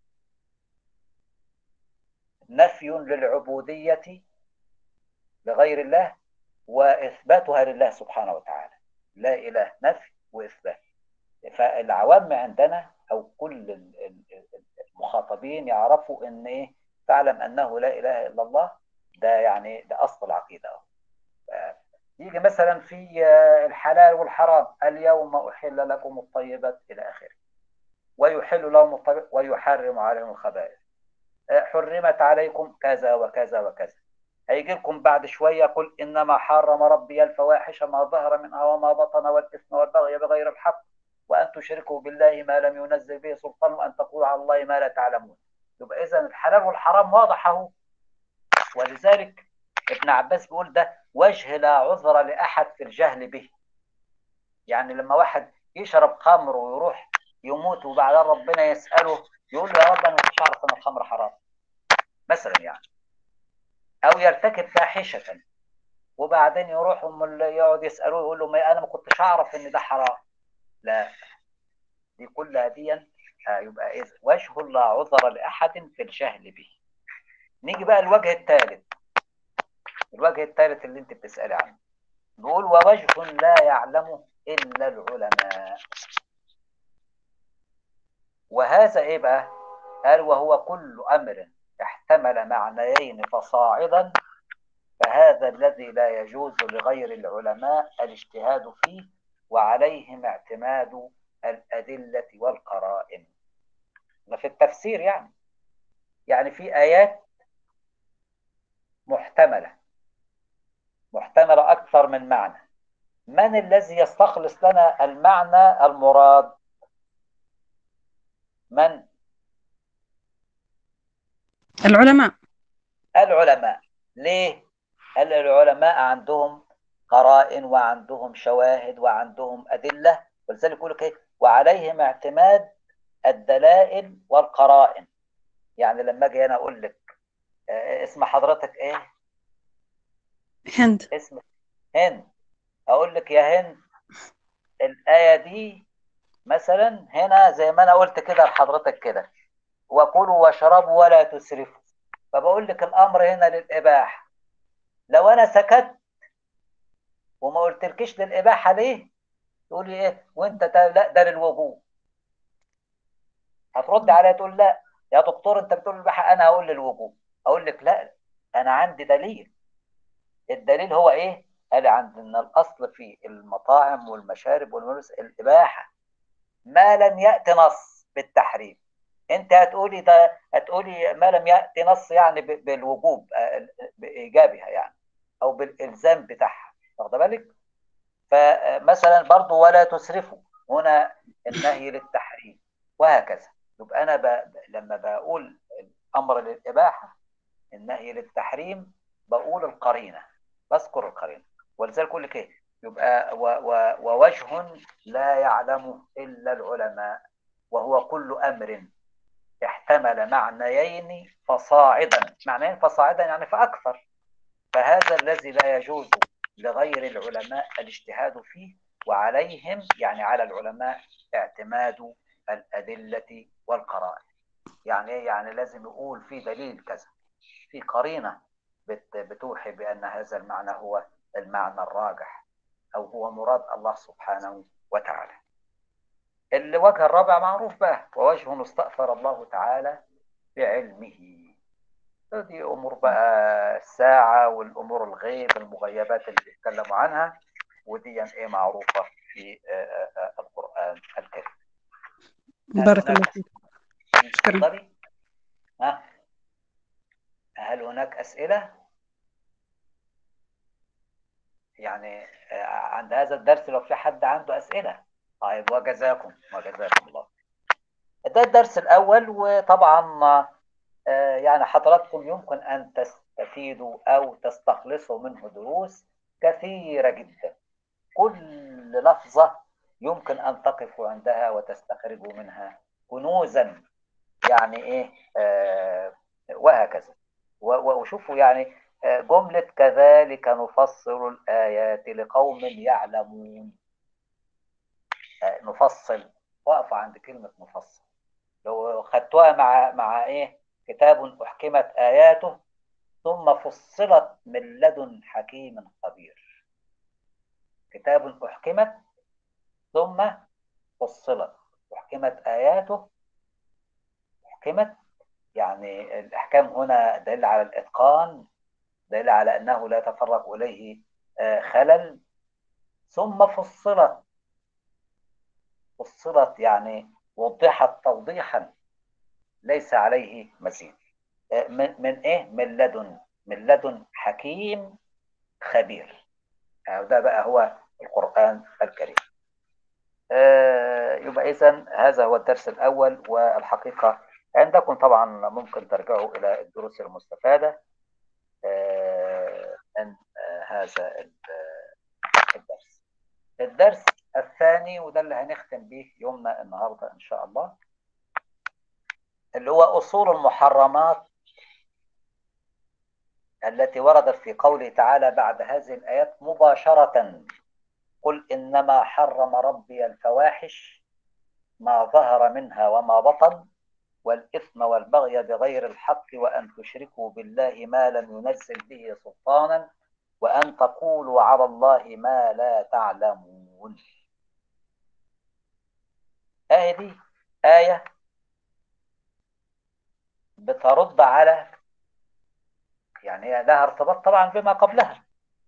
نفي للعبودية لغير الله وإثباتها لله سبحانه وتعالى. لا إله نفي وإثبات. فالعوام عندنا أو كل المخاطبين يعرفوا أن إيه فاعلم أنه لا إله إلا الله، ده يعني ده أصل العقيدة. يجي مثلا في الحلال والحرام اليوم أحل لكم الطيبات إلى آخره، ويحل لهم الطيبات ويحرم عليهم الخبائث، حرمت عليكم كذا وكذا وكذا. هيجي لكم بعد شوية قل إنما حرم ربي الفواحش ما ظهر منها وما بطن والإثم والبغي بغير الحق وأن تشركوا بالله ما لم ينزل به سلطان وأن تقولوا على الله ما لا تعلمون. يبقى إذا الحلال والحرام واضح أهو. ولذلك ابن عباس بيقول ده وجه لا عذر لأحد في الجهل به. يعني لما واحد يشرب خمر ويروح يموت وبعدين ربنا يسأله يقول له يا رب أنا مش عارف أن الخمر حرام مثلا يعني، أو يرتكب فاحشة وبعدين يروح يقعد يسألوه يقول له ما أنا ما كنتش أعرف إن ده حرام. لا، دي كلها دي يبقى إيه؟ وجه لا عذر لأحد في الجهل به. نيجي بقى الوجه الثالث. الوجه الثالث اللي أنت بتسألي عنه بيقول ووجه لا يعلمه إلا العلماء. وهذا إيه بقى؟ قال وهو كل أمر احتمل معنيين فصاعدا فهذا الذي لا يجوز لغير العلماء الاجتهاد فيه وعليهم اعتماد الأدلة والقرائن. في التفسير يعني يعني في آيات محتملة محتملة أكثر من معنى. من الذي يستخلص لنا المعنى المراد؟ من؟ العلماء. العلماء. ليه؟ هل العلماء عندهم قرائن وعندهم شواهد وعندهم أدلة، ولذلك يقول لك إيه؟ وعليهم اعتماد الدلائل والقرائن. يعني لما أجي أنا أقول لك اسم حضرتك إيه؟ هند. اسم هند. أقول لك يا هند الآية دي مثلا هنا زي ما أنا قلت كده لحضرتك كده وكلوا واشربوا ولا تسرفوا، فبقول لك الأمر هنا للإباحة. لو أنا سكت وما قلتلكيش للإباحة ليه؟ تقولي إيه؟ وأنت لا ده للوجوب. هترد عليا تقول لا يا دكتور أنت بتقول الإباحة، أنا هقول للوجوب. أقول لك لا أنا عندي دليل. الدليل هو إيه؟ قال عندنا الأصل في المطاعم والمشارب والملبس الإباحة ما لم يأتي نص بالتحريم. أنت هتقولي ده هتقولي ما لم يأتي نص يعني بالوجوب بإيجابها يعني أو بالإلزام بتاعها، واخد بالك؟ فمثلا برضو ولا تسرفوا هنا النهي للتحريم وهكذا. يبقى أنا ب... لما بقول الأمر للإباحة النهي للتحريم بقول القرينة، بذكر القرينة. ولذلك أقول لك إيه؟ يبقى و... و... ووجه لا يعلمه إلا العلماء وهو كل أمر احتمل معنيين فصاعدا. معنيين فصاعدا يعني فأكثر فهذا الذي لا يجوز لغير العلماء الاجتهاد فيه وعليهم يعني على العلماء اعتماد الأدلة والقرائن. يعني ايه؟ يعني لازم يقول في دليل كذا، في قرينة بتوحي بأن هذا المعنى هو المعنى الراجح أو هو مراد الله سبحانه وتعالى. الوجه الرابع معروف بقى ووجه استأثر الله تعالى بعلمه. دي أمور بقى الساعة والأمور الغيب المغيبات اللي بيتكلموا عنها ودي ايه معروفة في القرآن الكريم. بارك الله فيك. شكرا. ها هل هناك أسئلة؟ يعني عند هذا الدرس لو في حد عنده أسئلة. طيب وجزاكم وجزاكم الله. ده الدرس الأول. وطبعا يعني حضراتكم يمكن أن تستفيدوا أو تستخلصوا منه دروس كثيرة جدا. كل لفظة يمكن أن تقفوا عندها وتستخرجوا منها كنوزا يعني إيه آه وهكذا. وشوفوا يعني جملة كذلك نفصل الآيات لقوم يعلمون. آه نفصل وقف عند كلمة نفصل. لو خدتوها مع مع إيه كتاب أحكمت آياته ثم فصلت من لدن حكيم خبير. كتاب أحكمت ثم فصلت أحكمت آياته. أحكمت يعني الأحكام هنا دليل على الإتقان، دليل على أنه لا يتفرق إليه خلل. ثم فصلت فصلت يعني وضحت توضيحا ليس عليه مزيد. من, من إيه؟ من لدن من لدن حكيم خبير. ده بقى هو القرآن الكريم. يبقى إذن هذا هو الدرس الأول. والحقيقة عندكم طبعا ممكن ترجعوا إلى الدروس المستفادة من هذا الدرس. الدرس الثاني وده اللي هنختم به يومنا النهاردة إن شاء الله، اللي هو أصول المحرمات التي وردت في قوله تعالى بعد هذه الآيات مباشرة: قل إنما حرم ربي الفواحش ما ظهر منها وما بطن والإثم والبغي بغير الحق وأن تشركوا بالله ما لم ينزل به سلطانا وأن تقولوا على الله ما لا تعلمون. آية دي آية بترد على، يعني هي لها ارتباط طبعا بما قبلها.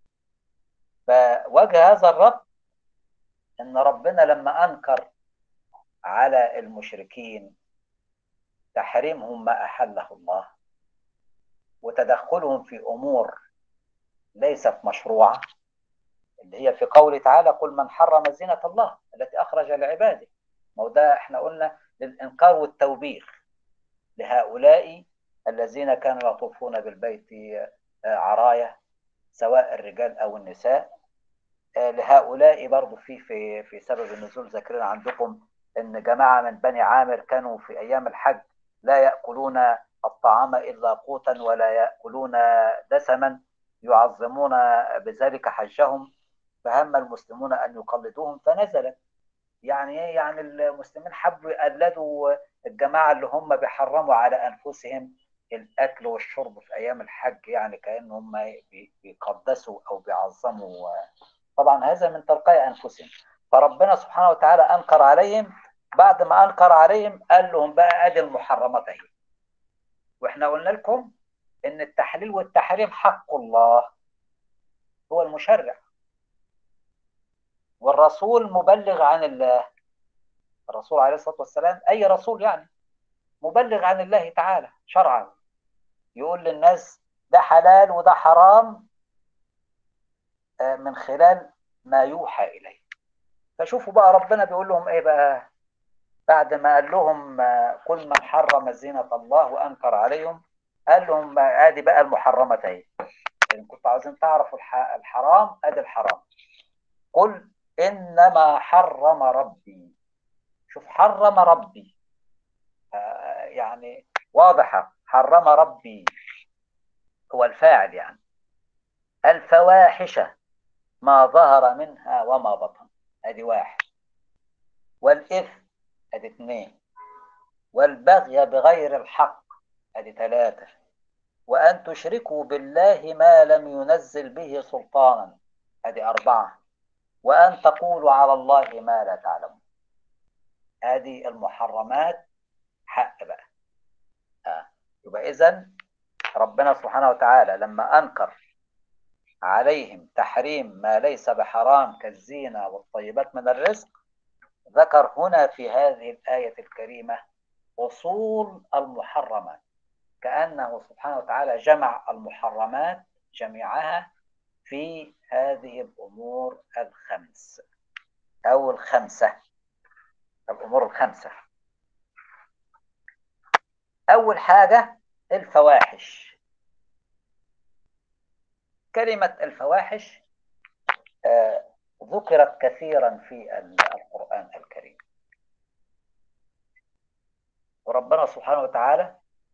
فوجه هذا الرد ان ربنا لما انكر على المشركين تحريمهم ما احله الله وتدخلهم في امور ليست مشروعه، اللي هي في قوله تعالى: قل من حرم زينة الله التي اخرج لعباده. ما هو ده احنا قلنا للانكار والتوبيخ لهؤلاء الذين كانوا يطوفون بالبيت عرايا سواء الرجال او النساء. لهؤلاء برضو في في في سبب النزول ذاكرين عندكم ان جماعه من بني عامر كانوا في ايام الحج لا ياكلون الطعام الا قوتا ولا ياكلون دسما يعظمون بذلك حجهم، فهم المسلمون ان يقلدوهم فنزلت. يعني ايه؟ يعني المسلمين حبوا يقلدوا الجماعه اللي هم بيحرموا على انفسهم الاكل والشرب في ايام الحج، يعني كانهم بيقدسوا او بيعظموا. طبعا هذا من تلقاء انفسهم. فربنا سبحانه وتعالى انكر عليهم. بعد ما انكر عليهم قال لهم بقى ادي المحرمات اهي. واحنا قلنا لكم ان التحليل والتحريم حق الله، هو المشرع، والرسول مبلغ عن الله. الرسول عليه الصلاه والسلام اي رسول يعني مبلغ عن الله تعالى شرعا، يقول للناس ده حلال وده حرام من خلال ما يوحى اليه. فشوفوا بقى ربنا بيقول لهم ايه بقى بعد ما قال لهم قل من حرم زينة الله وانكر عليهم، قال لهم ادي بقى المحرمات اهي. ان كنتوا عاوزين تعرفوا الحرام ادي الحرام. قل انما حرم ربي. شوف حرم ربي آه يعني واضحة. حرم ربي هو الفاعل، يعني الفواحش ما ظهر منها وما بطن، ادي واحد. والإثم ادي اثنين. والبغي بغير الحق ادي ثلاثة. وأن تشركوا بالله ما لم ينزل به سلطانا ادي أربعة. وأن تقولوا على الله ما لا تعلمون. ادي المحرمات حق بقى. آه. يبقى إذن ربنا سبحانه وتعالى لما أنكر عليهم تحريم ما ليس بحرام كالزينة والطيبات من الرزق، ذكر هنا في هذه الآية الكريمة أصول المحرمات، كأنه سبحانه وتعالى جمع المحرمات جميعها في هذه الأمور الخمس أو الخمسة. الأمور الخمسة. أول حاجة الفواحش. كلمة الفواحش آه ذكرت كثيرا في القرآن الكريم. وربنا سبحانه وتعالى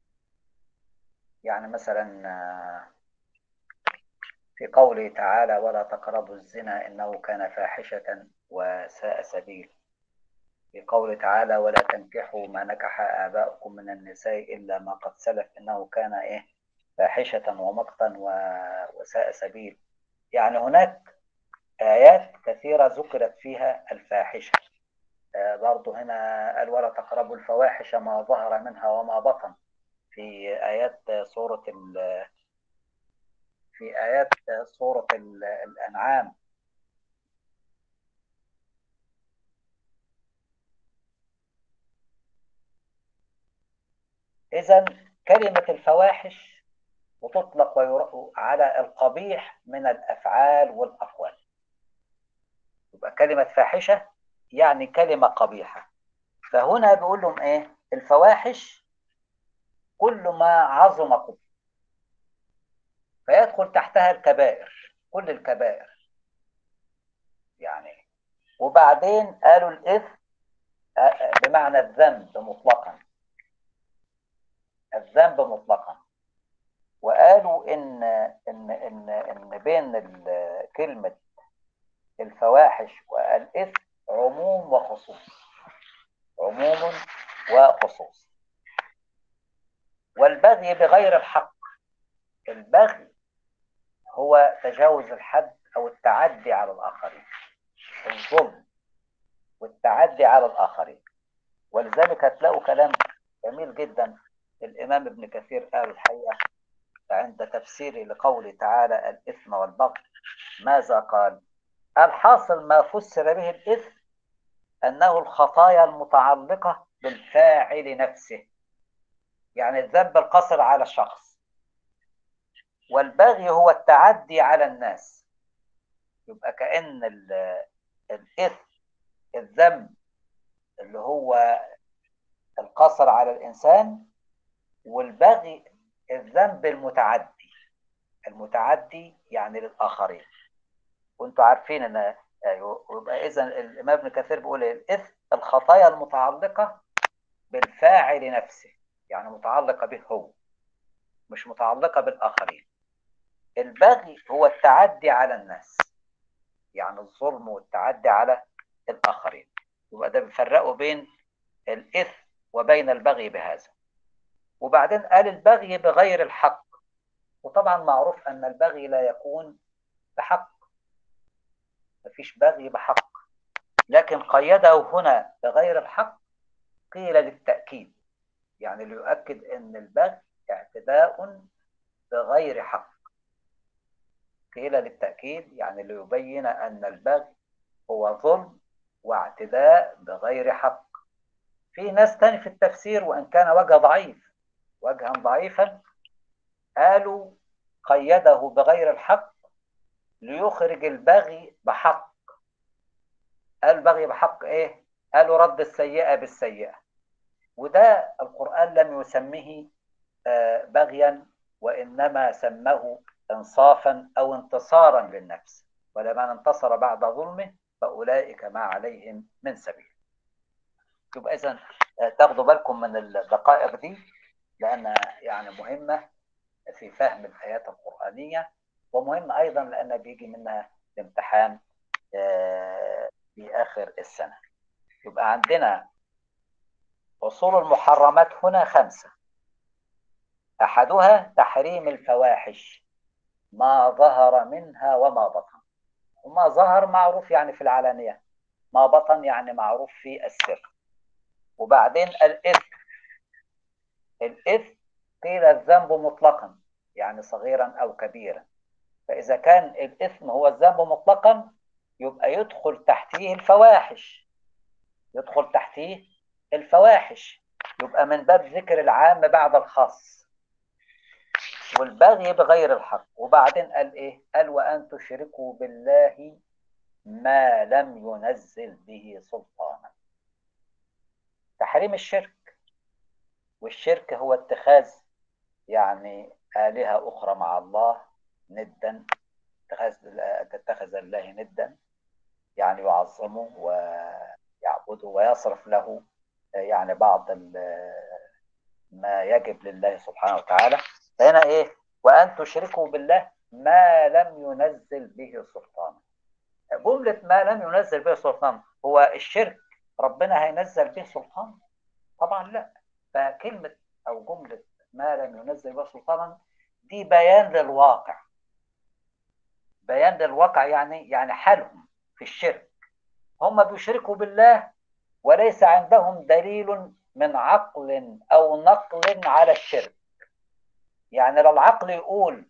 يعني مثلا في قوله تعالى: ولا تقربوا الزنا إنه كان فاحشة وساء سبيل. في قوله تعالى: ولا تنكحوا ما نكح آباؤكم من النساء إلا ما قد سلف إنه كان إيه فاحشة ومقتا وساء سبيل. يعني هناك آيات كثيرة ذكرت فيها الفاحشة. آه برضو هنا قال: ولا تقربوا الفواحش ما ظهر منها وما بطن، في آيات سورة في آيات سورة الأنعام. إذن كلمة الفواحش وتطلق على القبيح من الأفعال والأقوال. يبقى كلمة فاحشة يعني كلمة قبيحة. فهنا بيقول لهم إيه؟ الفواحش كل ما عظم قبح، فيدخل تحتها الكبائر، كل الكبائر يعني. وبعدين قالوا الإثم بمعنى الذنب مطلقا، الذنب مطلقا. وقالوا إن إن إن إن بين كلمة الفواحش والإثم عموم وخصوص، عموم وخصوص. والبغي بغير الحق، البغي هو تجاوز الحد أو التعدي على الآخرين، الظلم والتعدي على الآخرين. ولذلك هتلاقوا كلام جميل جدا الإمام ابن كثير قال الحقيقة عند تفسيره لقوله تعالى الإثم والبغي. ماذا قال؟ الحاصل ما فسر به الإثم أنه الخطايا المتعلقة بالفاعل نفسه، يعني الذنب القصر على الشخص. والبغي هو التعدي على الناس. يبقى كأن الإثم الذنب اللي هو القصر على الإنسان، والبغي الذنب المتعدي، المتعدي يعني للآخرين. وانتوا عارفين ان يبقى اذا الامام ابن كثير بيقول الاثم الخطايا المتعلقه بالفاعل نفسه، يعني متعلقه به هو، مش متعلقه بالاخرين. البغي هو التعدي على الناس، يعني الظلم والتعدي على الاخرين. يبقى ده بيفرقوا بين الاثم وبين البغي بهذا. وبعدين قال البغي بغير الحق، وطبعا معروف ان البغي لا يكون بحق، مفيش بغي بحق، لكن قيده هنا بغير الحق قيل للتأكيد، يعني ليؤكد أن البغي اعتداء بغير حق. قيل للتأكيد يعني ليبين أن البغي هو ظلم واعتداء بغير حق. في ناس تاني في التفسير وإن كان وجه ضعيف، وجها ضعيفا، قالوا قيده بغير الحق ليخرج البغي بحق. قال بغي بحق ايه؟ قالوا رد السيئة بالسيئة. وده القرآن لم يسميه بغيا، وإنما سماه انصافا أو انتصارا للنفس. ولمن انتصر بعد ظلمه فأولئك ما عليهم من سبيل. يبقى إذن تاخدوا بالكم من الدقائق دي، لأنها يعني مهمة في فهم الآيات القرآنية، ومهمة أيضا لأن بيجي منها الامتحان في آخر السنة. يبقى عندنا أصول المحرمات هنا خمسة. أحدها تحريم الفواحش ما ظهر منها وما بطن. وما ظهر معروف يعني في العلانية، ما بطن يعني معروف في السر. وبعدين الإثم، الإثم قيل الذنب مطلقا يعني صغيرا أو كبيرا. فإذا كان الإثم هو الذنب مطلقا يبقى يدخل تحتيه الفواحش، يدخل تحتيه الفواحش، يبقى من باب ذكر العام بعد الخاص. والبغي بغير الحق. وبعدين قال ايه؟ قال وان تشركوا بالله ما لم ينزل به سلطانا. تحريم الشرك، والشرك هو اتخاذ يعني آلهة أخرى مع الله ندا، اتخاذ تتخذ الله ندا يعني يعظمه ويعبده ويصرف له يعني بعض ما يجب لله سبحانه وتعالى. فهنا ايه؟ وان تشركوا بالله ما لم ينزل به سلطانا. جملة ما لم ينزل به سلطان، هو الشرك ربنا هينزل به سلطان؟ طبعا لا. فكلمة او جملة ما لم ينزل به سلطانا دي بيان للواقع، بيان للواقع يعني يعني حالهم في الشرك. هم بيشركوا بالله وليس عندهم دليل من عقل أو نقل على الشرك. يعني لا العقل يقول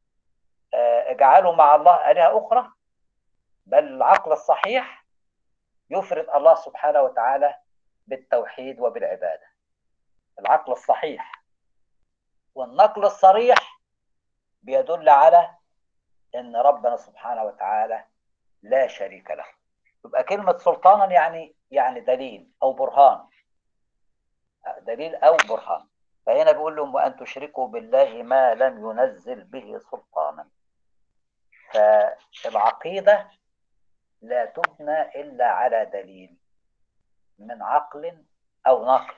اجعلوا مع الله آلهة أخرى، بل العقل الصحيح يفرد الله سبحانه وتعالى بالتوحيد وبالعبادة، العقل الصحيح. والنقل الصريح بيدل على ان ربنا سبحانه وتعالى لا شريك له. يبقى كلمة سلطانا يعني يعني دليل او برهان، دليل او برهان. فهنا بيقول لهم وان تشركوا بالله ما لم ينزل به سلطانا. فالعقيدة لا تبنى الا على دليل من عقل او نقل،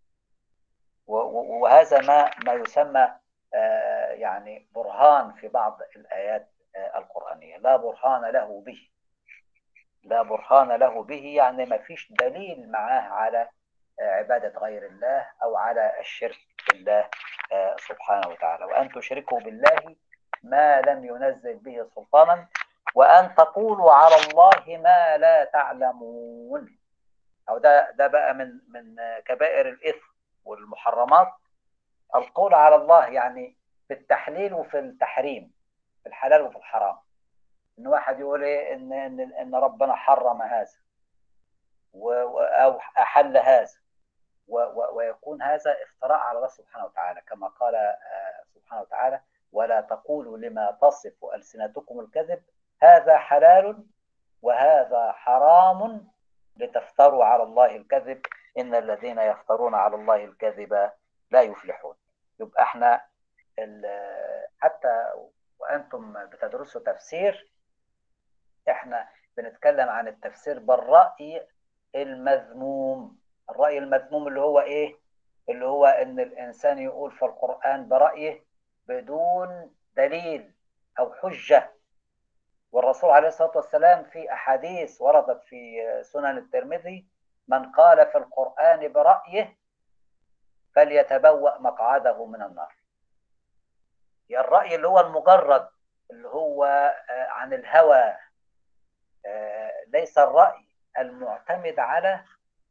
وهذا ما ما يسمى يعني برهان في بعض الآيات القرآنية. لا برهان له به، لا برهان له به يعني ما فيش دليل معاه على عبادة غير الله أو على الشرك بالله سبحانه وتعالى. وأن تشركوا بالله ما لم ينزل به سلطانا وأن تقولوا على الله ما لا تعلمون. أو ده ده بقى من من كبائر الإثم والمحرمات، القول على الله يعني في التحليل وفي التحريم، في الحلال وفي الحرام. ان واحد يقول ايه ان ان, إن ربنا حرم هذا او احل هذا، ويكون هذا افتراء على الله سبحانه وتعالى، كما قال سبحانه وتعالى ولا تقولوا لما تصف ألسنتكم الكذب هذا حلال وهذا حرام لتفتروا على الله الكذب إن الذين يفترون على الله الكذب لا يفلحون. يبقى احنا حتى وأنتم بتدرسوا تفسير احنا بنتكلم عن التفسير بالرأي المذموم. الرأي المذموم اللي هو ايه؟ اللي هو ان الانسان يقول في القرآن برأيه بدون دليل او حجة. والرسول عليه الصلاة والسلام في احاديث وردت في سنن الترمذي من قال في القرآن برأيه فليتبوأ مقعده من النار. يا الرأي اللي هو المجرد اللي هو عن الهوى، ليس الرأي المعتمد على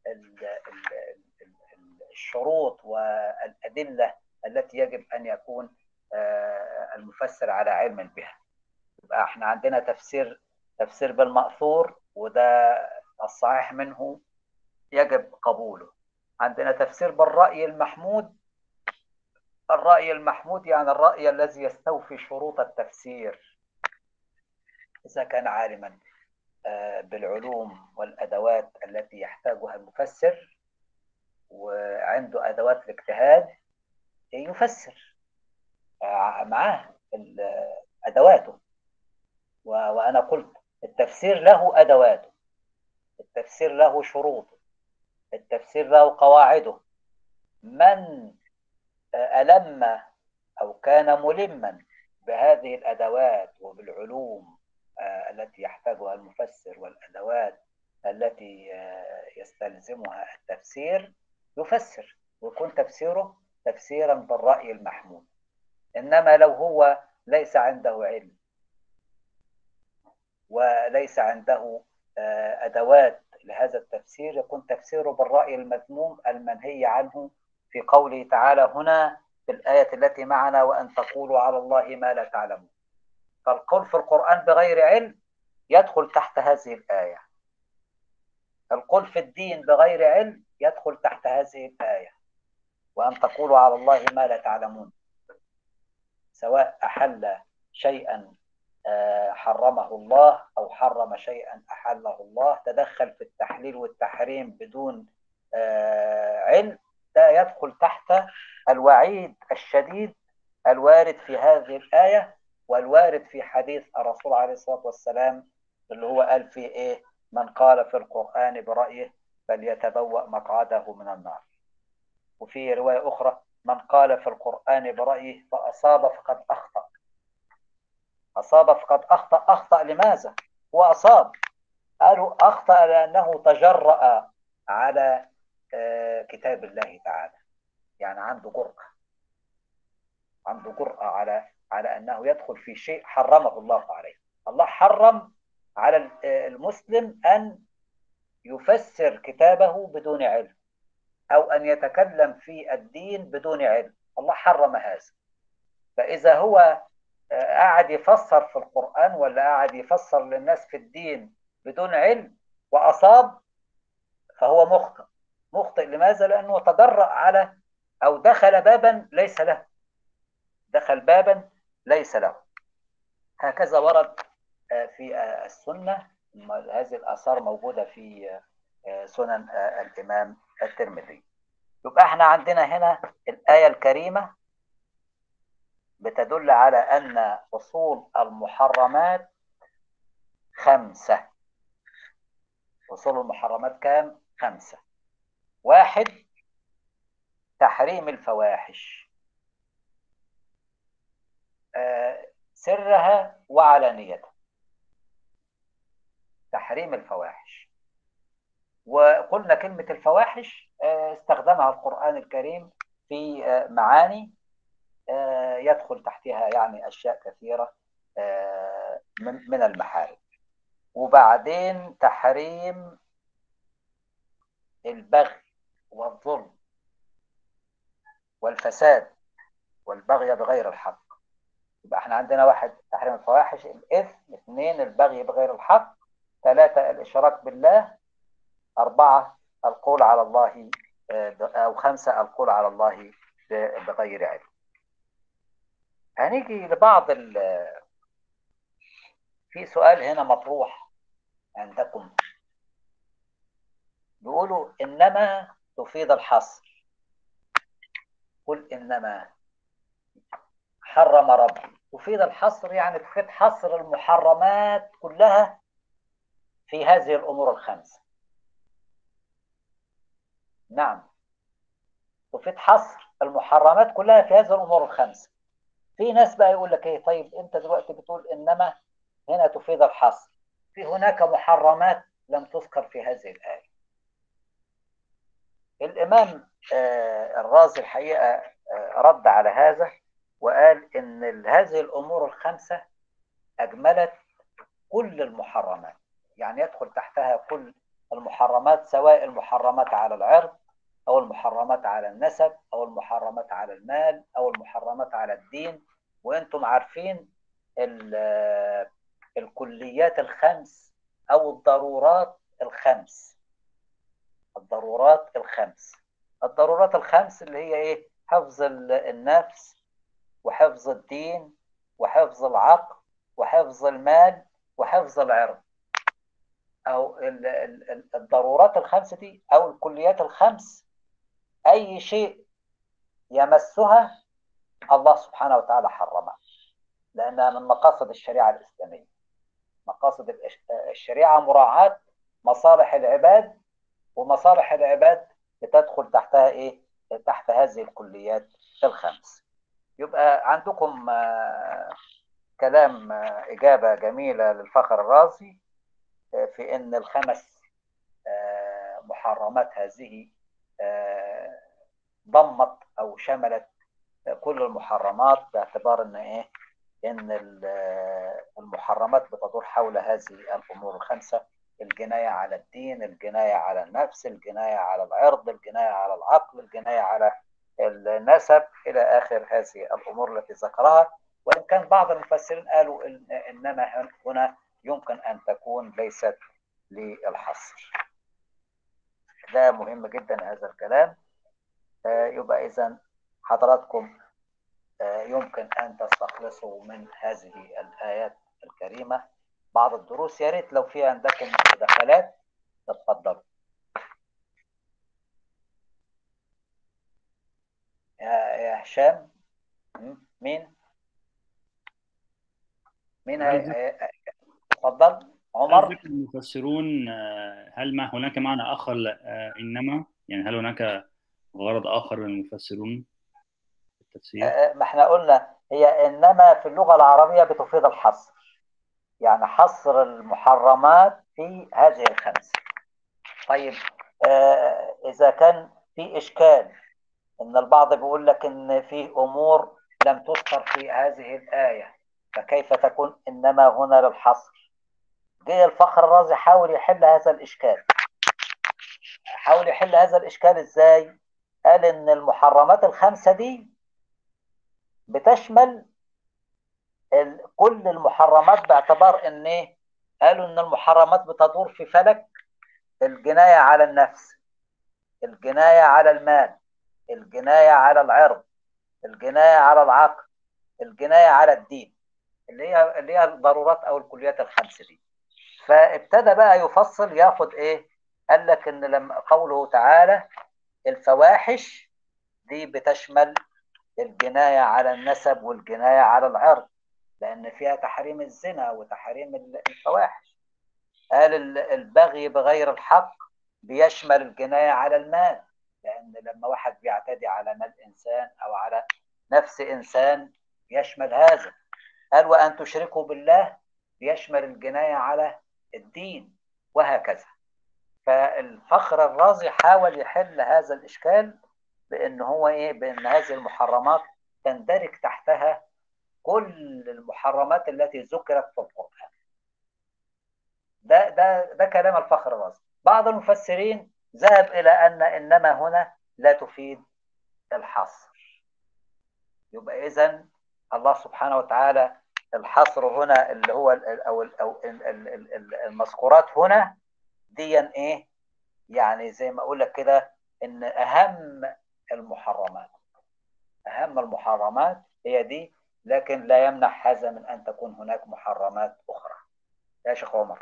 الشروط والأدلة التي يجب أن يكون المفسر على علم بها. يبقى احنا عندنا تفسير تفسير بالمأثور، وده الصحيح منه يجب قبوله. عندنا تفسير بالرأي المحمود. الرأي المحمود يعني الرأي الذي يستوفي شروط التفسير، إذا كان عالما بالعلوم والأدوات التي يحتاجها المفسر وعنده أدوات الاجتهاد يفسر معاه أدواته. وأنا قلت التفسير له أدواته، التفسير له شروطه، التفسير له قواعده. من ألم أو كان ملما بهذه الأدوات وبالعلوم التي يحتاجها المفسر والأدوات التي يستلزمها التفسير يفسر، ويكون تفسيره تفسيرا بالرأي المحمود. إنما لو هو ليس عنده علم وليس عنده أدوات لهذا التفسير يكون تفسيره بالرأي المذموم المنهي عنه في قوله تعالى هنا في الآية التي معنا وأن تقولوا على الله ما لا تعلمون. فالقول في القرآن بغير علم يدخل تحت هذه الآية. القول في الدين بغير علم يدخل تحت هذه الآية وأن تقولوا على الله ما لا تعلمون. سواء أحل شيئا حرمه الله أو حرم شيئا أحله الله، تدخل في التحليل والتحريم بدون علم، ده يدخل تحت الوعيد الشديد الوارد في هذه الآية والوارد في حديث الرسول عليه الصلاة والسلام اللي هو قال فيه إيه؟ من قال في القرآن برأيه فليتبوأ مقعده من النار. وفي رواية أخرى من قال في القرآن برأيه فأصاب فقد أخطأ. أصاب فقد أخطأ. أخطأ لماذا؟ هو أصاب، قالوا أخطأ لأنه تجرأ على كتاب الله تعالى، يعني عنده جرأة، عنده جرأة على على أنه يدخل في شيء حرمه الله عليه. الله حرم على المسلم أن يفسر كتابه بدون علم أو أن يتكلم في الدين بدون علم. الله حرم هذا. فإذا هو قاعد يفسر في القرآن ولا قاعد يفسر للناس في الدين بدون علم وأصاب فهو مخطئ. مخطئ لماذا؟ لأنه تجرأ على أو دخل بابا ليس له، دخل بابا ليس له. هكذا ورد في السنة. هذه الآثار موجودة في سنن الإمام الترمذي. يبقى احنا عندنا هنا الآية الكريمة بتدل على أن أصول المحرمات خمسة. أصول المحرمات كام؟ خمسة. واحد، تحريم الفواحش، آه سرها وعلانيتها. تحريم الفواحش، وقلنا كلمة الفواحش آه استخدمها القرآن الكريم في آه معاني آه يدخل تحتها يعني أشياء كثيرة آه من, من المحارم. وبعدين تحريم البغي والظلم والفساد والبغي بغير الحق. يبقى احنا عندنا واحد، تحريم الفواحش، الإثم. اثنين، البغي بغير الحق. ثلاثة، الإشراك بالله. أربعة، القول على الله، أو خمسة، القول على الله بغير علم. هنيجي لبعض ال في سؤال هنا مطروح عندكم، بيقولوا إنما تفيد الحصر. قل إنما حرم ربي، تفيد الحصر، يعني تفيد حصر المحرمات كلها في هذه الأمور الخمسة. نعم، تفيد حصر المحرمات كلها في هذه الأمور الخمسة. في ناس بقى يقول لك ايه، طيب انت دلوقتي بتقول انما هنا تفيد الحصر، في هناك محرمات لم تذكر في هذه الآية. الإمام آه الرازي الحقيقة آه رد على هذا وقال إن هذه الأمور الخمسة أجملت كل المحرمات، يعني يدخل تحتها كل المحرمات، سواء المحرمات على العرض أو المحرمات على النسب أو المحرمات على المال أو المحرمات على الدين. وأنتم عارفين الكليات الخمس أو الضرورات الخمس. الضرورات الخمس الضرورات الخمس اللي هي إيه؟ حفظ النفس، وحفظ الدين، وحفظ العقل، وحفظ المال، وحفظ العرض. أو الضرورات الخمس دي أو الكليات الخمس، أي شيء يمسها الله سبحانه وتعالى حرمها، لأنها من مقاصد الشريعة الإسلامية. مقاصد الشريعة مراعاة مصالح العباد، ومصالح العباد بتدخل تحتها إيه؟ تحت هذه الكليات الخمس. يبقى عندكم كلام إجابة جميلة للفخر الرازي في أن الخمس محرمات هذه ضمت أو شملت كل المحرمات، باعتبار أن إيه؟ أن المحرمات بتدور حول هذه الأمور الخمسة: الجناية على الدين، الجناية على النفس، الجناية على العرض، الجناية على العقل، الجناية على النسب، إلى آخر هذه الأمور التي ذكرها. وإن كان بعض المفسرين قالوا إن إنما هنا يمكن أن تكون ليست للحصر. ده مهم جدا هذا الكلام. يبقى إذن حضراتكم يمكن أن تستخلصوا من هذه الآيات الكريمة بعض الدروس. يا ريت لو في عندكم مداخلات تتفضلوا. يا هشام، مين مين تفضل. عمر. المفسرون، هل ما هناك معنى آخر إنما، يعني هل هناك غرض آخر من المفسرون في التفسير؟ ما احنا قلنا هي إنما في اللغة العربية بتفيد الحصر، يعني حصر المحرمات في هذه الخمسة. طيب آه إذا كان في إشكال إن البعض بيقول لك إن في أمور لم تذكر في هذه الآية، فكيف تكون إنما هنا للحصر؟ جه الفخر الرازي حاول يحل هذا الإشكال. حاول يحل هذا الإشكال إزاي؟ قال إن المحرمات الخمسة دي بتشمل كل المحرمات، باعتبار إن إيه؟ قالوا إن المحرمات بتدور في فلك الجناية على النفس، الجناية على المال، الجناية على العرض، الجناية على العقل، الجناية على الدين، اللي هي اللي هي الضرورات أو الكليات الخمس دي. فابتدى بقى يفصل، ياخد إيه؟ قال لك إن لما قوله تعالى الفواحش دي بتشمل الجناية على النسب والجناية على العرض، لأن فيها تحريم الزنا وتحريم الفواحش. قال البغي بغير الحق بيشمل الجناية على المال، لأن لما واحد بيعتدي على مال إنسان أو على نفس إنسان يشمل هذا. قال وأن تشركوا بالله بيشمل الجناية على الدين، وهكذا. فالفخر الرازي حاول يحل هذا الإشكال بأن هو إيه؟ بأن هذه المحرمات تندرج تحتها كل المحرمات التي ذكرت في القرآن. ده ده ده كلام الفخر الرازي. بعض المفسرين ذهب إلى أن إنما هنا لا تفيد الحصر. يبقى إذن الله سبحانه وتعالى الحصر هنا اللي هو أو أو المذكورات هنا ديا إيه؟ يعني زي ما أقول لك كده إن أهم المحرمات أهم المحرمات هي دي، لكن لا يمنع هذا من أن تكون هناك محرمات أخرى. يا شيخ عمر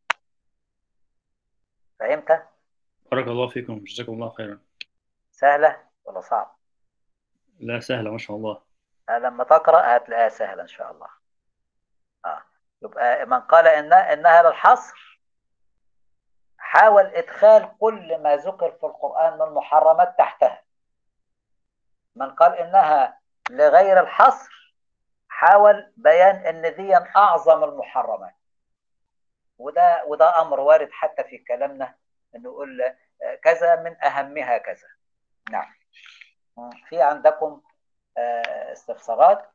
فهمت؟ بارك الله فيكم، جزاكم الله خيرا. سهلة ولا صعب؟ لا سهلة ما شاء الله. لما تقرأ هتلاقيها سهلة إن شاء الله. آه. يبقى من قال إن إنها للحصر حاول إدخال كل ما ذكر في القرآن من محرمات تحتها. من قال إنها لغير الحصر حاول بيان إن دي أعظم المحرمات. وده وده أمر وارد حتى في كلامنا، إنه يقول كذا من أهمها كذا. نعم. في عندكم استفسارات؟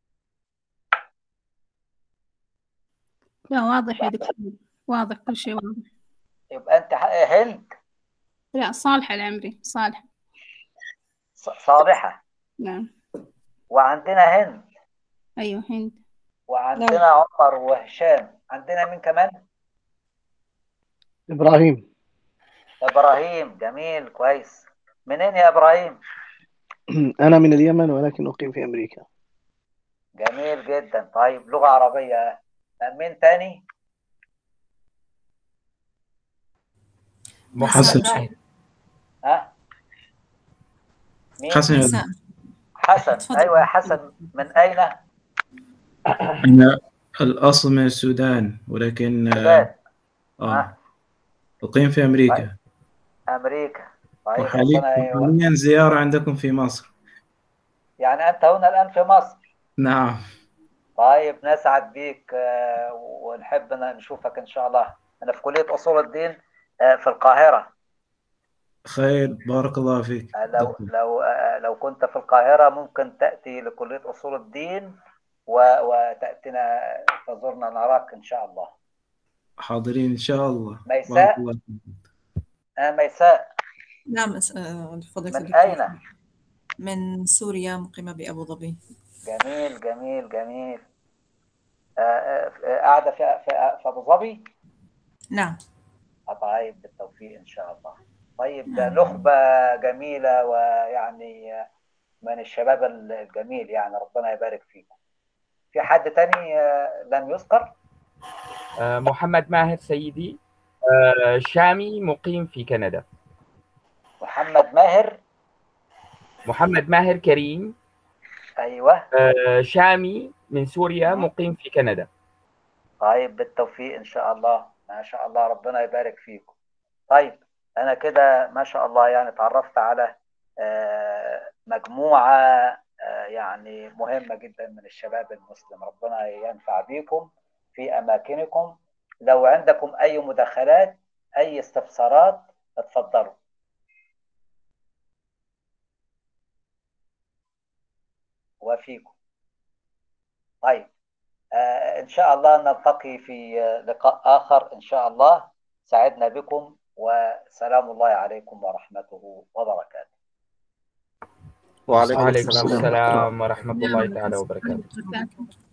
لا واضح يا دكتور، واضح كل شيء واضح. يبقى أنت هند؟ لا صالحة العمري، صالحة. صالحة. نعم. وعندنا هند. أيوه هند. وعندنا نعم. عمر وهشام. عندنا مين كمان؟ إبراهيم. إبراهيم، جميل كويس. منين يا إبراهيم؟ أنا من اليمن ولكن أقيم في أمريكا. جميل جدا. طيب لغة عربية. مين تاني؟ حسن. ها؟ مين؟ حسن. حسن. أيوة يا حسن، من أين؟ أنا الأصل من السودان ولكن السودان. آه أقيم في أمريكا. طيب. أمريكا. طيب وحاليا زيارة عندكم في مصر. يعني أنت هنا الآن في مصر؟ نعم. طيب نسعد بيك ونحب نشوفك إن شاء الله. أنا في كلية أصول الدين في القاهرة. خير، بارك الله فيك. لو لو لو كنت في القاهرة ممكن تأتي لكلية أصول الدين وتأتينا تزورنا نراك إن شاء الله. حاضرين إن شاء الله. ميساء. آه ميساء. نعم فضيلة من أين؟ من سوريا، مقيمة بأبو ظبي. جميل جميل جميل. قاعدة في في أبو ظبي؟ نعم. طيب بالتوفيق إن شاء الله. طيب ده نخبة جميلة ويعني من الشباب الجميل، يعني ربنا يبارك فيكم. في حد تاني لم يذكر؟ محمد ماهر سيدي، شامي مقيم في كندا. محمد ماهر. محمد ماهر كريم. أيوة. شامي من سوريا مقيم في كندا. طيب بالتوفيق إن شاء الله. ما شاء الله ربنا يبارك فيكم. طيب أنا كده ما شاء الله يعني تعرفت على مجموعة يعني مهمة جدا من الشباب المسلم. ربنا ينفع بكم في أماكنكم. لو عندكم أي مداخلات أي استفسارات اتفضلوا. وفيكم. طيب آه إن شاء الله نلتقي في لقاء آخر إن شاء الله. سعدنا بكم وسلام الله عليكم ورحمته وبركاته. وعليكم السلام ورحمة الله تعالى وبركاته.